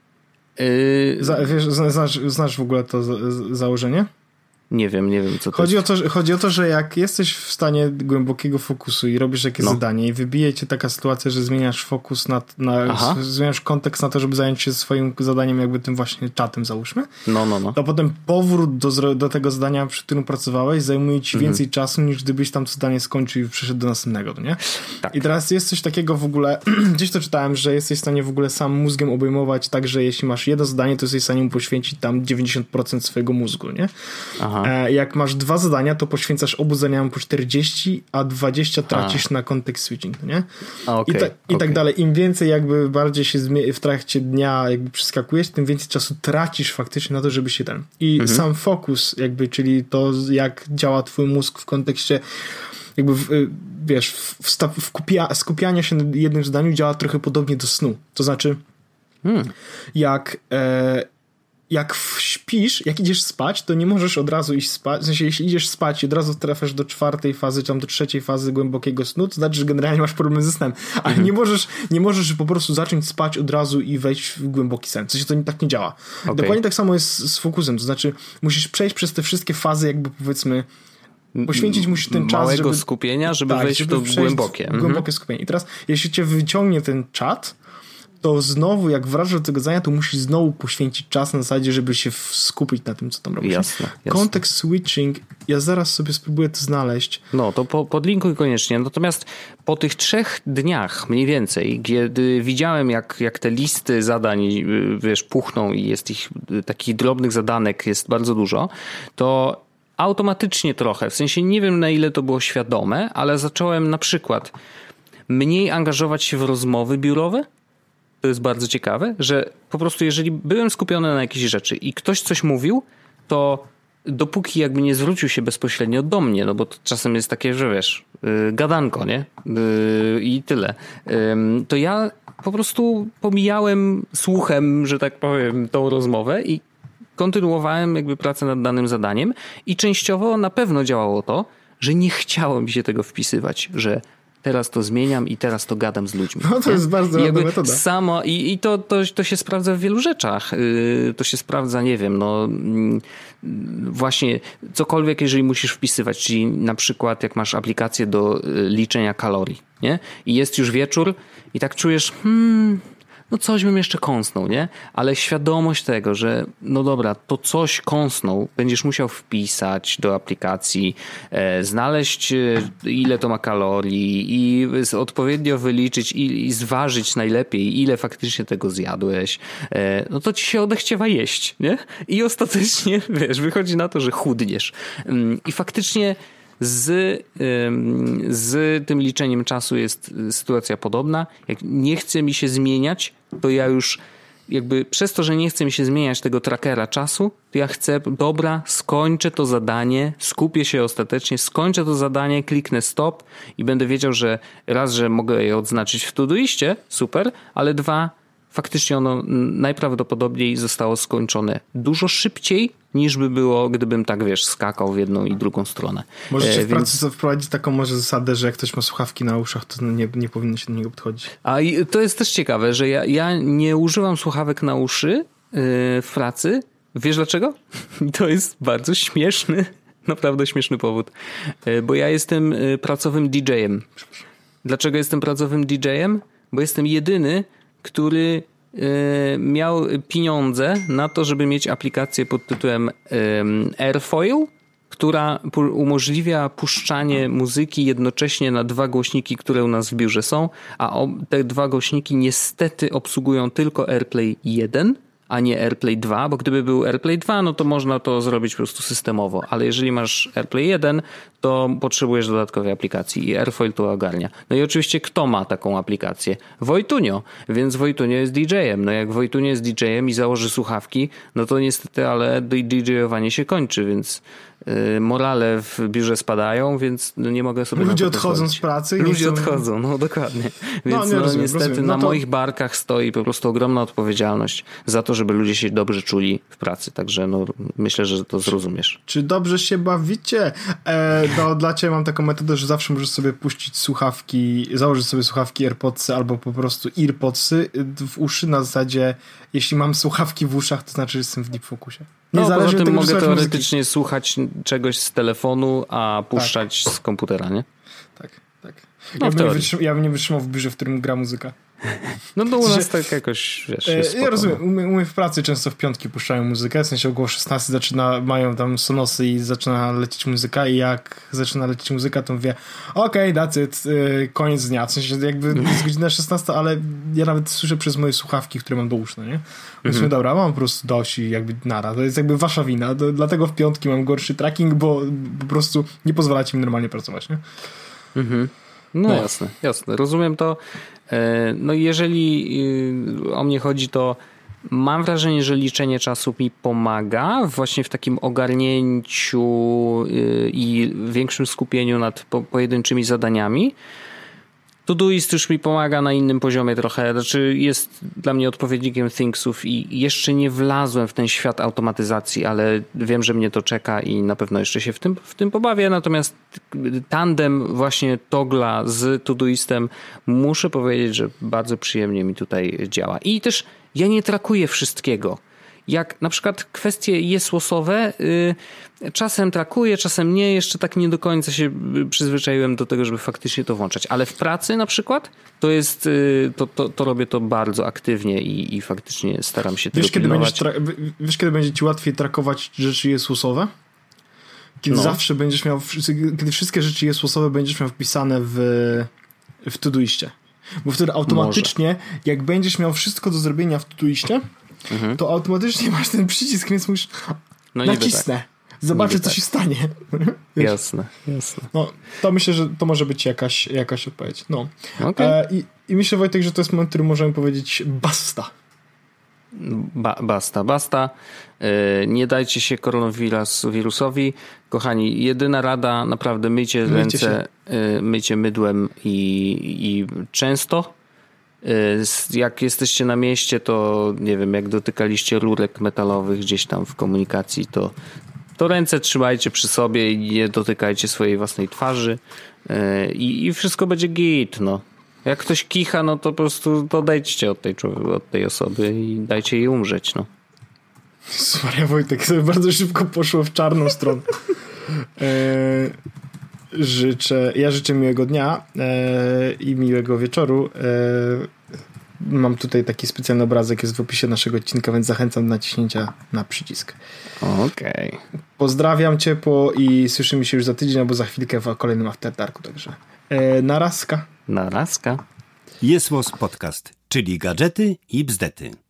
[SPEAKER 1] Znasz w ogóle to założenie?
[SPEAKER 2] Nie wiem, co to
[SPEAKER 1] jest. Chodzi o to, że jak jesteś w stanie głębokiego fokusu i robisz jakieś zadanie i wybije cię taka sytuacja, że zmieniasz fokus zmieniasz kontekst na to, żeby zająć się swoim zadaniem, jakby tym właśnie czatem, załóżmy. To potem powrót do tego zadania, przy którym pracowałeś, zajmuje ci więcej czasu, niż gdybyś tam to zadanie skończył i przeszedł do następnego, nie? Tak. I teraz jest coś takiego w ogóle, gdzieś to czytałem, że jesteś w stanie w ogóle sam mózgiem obejmować tak, że jeśli masz jedno zadanie, to jesteś w stanie mu poświęcić tam 90% swojego mózgu, nie? Jak masz 2 zadania, to poświęcasz obu zadaniom po 40, a 20 tracisz na context switching, nie? I tak dalej. Im więcej jakby bardziej się w trakcie dnia jakby przeskakujesz, tym więcej czasu tracisz faktycznie na to, żeby się sam fokus jakby, czyli to jak działa twój mózg w kontekście jakby skupiania się na jednym zadaniu działa trochę podobnie do snu. To znaczy jak śpisz, jak idziesz spać, to nie możesz od razu iść spać. W sensie, jeśli idziesz spać i od razu trafiasz do 4. fazy, czy tam do 3. fazy głębokiego snu, to znaczy, że generalnie masz problem ze snem. Ale nie możesz po prostu zacząć spać od razu i wejść w głęboki sen. W sensie, to tak nie działa. Dokładnie tak samo jest z fokusem. To znaczy, musisz przejść przez te wszystkie fazy, jakby powiedzmy, poświęcić musisz ten czas,
[SPEAKER 2] małego skupienia, żeby wejść w to głębokie.
[SPEAKER 1] Głębokie skupienie. I teraz, jeśli cię wyciągnie ten czat, to znowu, jak wracasz do tego zadania, to musisz znowu poświęcić czas na zasadzie, żeby się skupić na tym, co tam robisz.
[SPEAKER 2] Jasne.
[SPEAKER 1] Context switching, ja zaraz sobie spróbuję to znaleźć.
[SPEAKER 2] To podlinkuj koniecznie. Natomiast po tych 3 dniach mniej więcej, kiedy widziałem, jak te listy zadań, puchną i jest ich takich drobnych zadanek jest bardzo dużo, to automatycznie trochę, w sensie nie wiem, na ile to było świadome, ale zacząłem na przykład mniej angażować się w rozmowy biurowe. To jest bardzo ciekawe, że po prostu jeżeli byłem skupiony na jakiejś rzeczy i ktoś coś mówił, to dopóki jakby nie zwrócił się bezpośrednio do mnie, no bo to czasem jest takie, że gadanko, nie? I tyle. To ja po prostu pomijałem słuchem, że tak powiem, tą rozmowę i kontynuowałem jakby pracę nad danym zadaniem i częściowo na pewno działało to, że nie chciało mi się tego wpisywać, że teraz to zmieniam i teraz to gadam z ludźmi.
[SPEAKER 1] To jest bardzo ładna metoda.
[SPEAKER 2] I to się sprawdza w wielu rzeczach. To się sprawdza, nie wiem, właśnie cokolwiek, jeżeli musisz wpisywać, czyli na przykład jak masz aplikację do liczenia kalorii, nie? I jest już wieczór i tak czujesz, coś bym jeszcze kąsnął, nie? Ale świadomość tego, że dobra, to coś kąsnął, będziesz musiał wpisać do aplikacji, znaleźć ile to ma kalorii i odpowiednio wyliczyć i zważyć najlepiej, ile faktycznie tego zjadłeś, to ci się odechciewa jeść, nie? I ostatecznie, wychodzi na to, że chudniesz. I faktycznie z tym liczeniem czasu jest sytuacja podobna. Jak nie chce mi się zmieniać, to ja już jakby przez to, że nie chce mi się zmieniać tego trackera czasu, to ja chcę, skończę to zadanie, skupię się ostatecznie, skończę to zadanie, kliknę stop i będę wiedział, że raz, że mogę je odznaczyć w Todoistie, super, ale 2, faktycznie ono najprawdopodobniej zostało skończone dużo szybciej, niż by było, gdybym tak, skakał w jedną i drugą stronę.
[SPEAKER 1] Możecie w pracy wprowadzić taką może zasadę, że jak ktoś ma słuchawki na uszach, to nie powinno się do niego podchodzić.
[SPEAKER 2] A i to jest też ciekawe, że ja nie używam słuchawek na uszy w pracy. Wiesz dlaczego? To jest bardzo śmieszny, naprawdę śmieszny powód. Bo ja jestem pracowym DJ-em. Dlaczego jestem pracowym DJ-em? Bo jestem jedyny, który miał pieniądze na to, żeby mieć aplikację pod tytułem Airfoil, która umożliwia puszczanie muzyki jednocześnie na 2 głośniki, które u nas w biurze są, a te 2 głośniki niestety obsługują tylko AirPlay 1, a nie AirPlay 2, bo gdyby był AirPlay 2, no to można to zrobić po prostu systemowo, ale jeżeli masz AirPlay 1, to potrzebujesz dodatkowej aplikacji i Airfoil to ogarnia. No i oczywiście kto ma taką aplikację? Wojtunio, więc Wojtunio jest DJ-em. No jak Wojtunio jest DJ-em i założy słuchawki, no to niestety, ale DJ-owanie się kończy, więc morale w biurze spadają, więc nie mogę sobie
[SPEAKER 1] ludzie odchodzą z pracy.
[SPEAKER 2] Ludzie odchodzą, no dokładnie. Więc niestety na moich barkach stoi po prostu ogromna odpowiedzialność za to, żeby ludzie się dobrze czuli w pracy. Także myślę, że to zrozumiesz.
[SPEAKER 1] Czy dobrze się bawicie? Dla ciebie mam taką metodę, że zawsze możesz sobie puścić słuchawki, założyć sobie słuchawki AirPodsy albo po prostu EarPodsy w uszy na zasadzie, jeśli mam słuchawki w uszach, to znaczy, że jestem w deep focusie.
[SPEAKER 2] Poza tym mogę teoretycznie słuchać czegoś z telefonu, a puszczać z komputera, nie?
[SPEAKER 1] Tak. Ja bym nie wytrzymał w biurze, w którym gra muzyka.
[SPEAKER 2] No to u nas tak jakoś, wiesz,
[SPEAKER 1] ja rozumiem, u mnie w pracy często w piątki puszczają muzykę, w sensie około 16 mają tam sonosy i zaczyna lecieć muzyka i jak zaczyna lecieć muzyka, to mówię okej, that's it, koniec dnia, w sensie jakby jest godzina 16, ale ja nawet słyszę przez moje słuchawki, które mam do usz, no nie? Więc mówię, dobra, mam po prostu dość i jakby nara, to jest jakby wasza wina, dlatego w piątki mam gorszy tracking, bo po prostu nie pozwalacie mi normalnie pracować, nie?
[SPEAKER 2] No jasne, rozumiem to. No jeżeli o mnie chodzi, to mam wrażenie, że liczenie czasu mi pomaga właśnie w takim ogarnięciu i większym skupieniu nad pojedynczymi zadaniami. Todoist już mi pomaga na innym poziomie trochę, znaczy jest dla mnie odpowiednikiem Thingsów i jeszcze nie wlazłem w ten świat automatyzacji, ale wiem, że mnie to czeka i na pewno jeszcze się w tym pobawię, natomiast tandem właśnie Toggla z Todoistem muszę powiedzieć, że bardzo przyjemnie mi tutaj działa. I też ja nie trakuję wszystkiego. Jak na przykład kwestie jesłosowe czasem trakuję, czasem nie, jeszcze tak nie do końca się przyzwyczaiłem do tego, żeby faktycznie to włączać, ale w pracy na przykład to jest, to robię to bardzo aktywnie i faktycznie staram się tego pilnować.
[SPEAKER 1] Wiesz, kiedy będzie ci łatwiej trakować rzeczy jesłosowe? Kiedy zawsze będziesz miał, kiedy wszystkie rzeczy jesłosowe będziesz miał wpisane w Todoistie. Bo wtedy automatycznie, jak będziesz miał wszystko do zrobienia w Todoistie, to automatycznie masz ten przycisk, więc musisz nacisnę. Tak. Zobaczę, co się stanie.
[SPEAKER 2] Jasne.
[SPEAKER 1] No, to myślę, że to może być jakaś odpowiedź. No. Okay. I myślę, Wojtek, że to jest moment, w którym możemy powiedzieć basta.
[SPEAKER 2] Basta. Nie dajcie się koronawirusowi. Kochani, jedyna rada, naprawdę myjcie ręce, myjcie mydłem i często. Jak jesteście na mieście, to nie wiem, jak dotykaliście rurek metalowych gdzieś tam w komunikacji, to ręce trzymajcie przy sobie i nie dotykajcie swojej własnej twarzy i wszystko będzie git, no. Jak ktoś kicha, no to po prostu odejdźcie od tej osoby i dajcie jej umrzeć, no.
[SPEAKER 1] Maria, Wojtek, sobie bardzo szybko poszło w czarną stronę. Ja życzę miłego dnia i miłego wieczoru. Mam tutaj taki specjalny obrazek, jest w opisie naszego odcinka, więc zachęcam do naciśnięcia na przycisk.
[SPEAKER 2] Okej.
[SPEAKER 1] Pozdrawiam ciepło i słyszymy się już za tydzień albo za chwilkę w kolejnym After Darku, także narazka.
[SPEAKER 2] Narazka.
[SPEAKER 3] Jesłos Podcast, czyli gadżety i bzdety.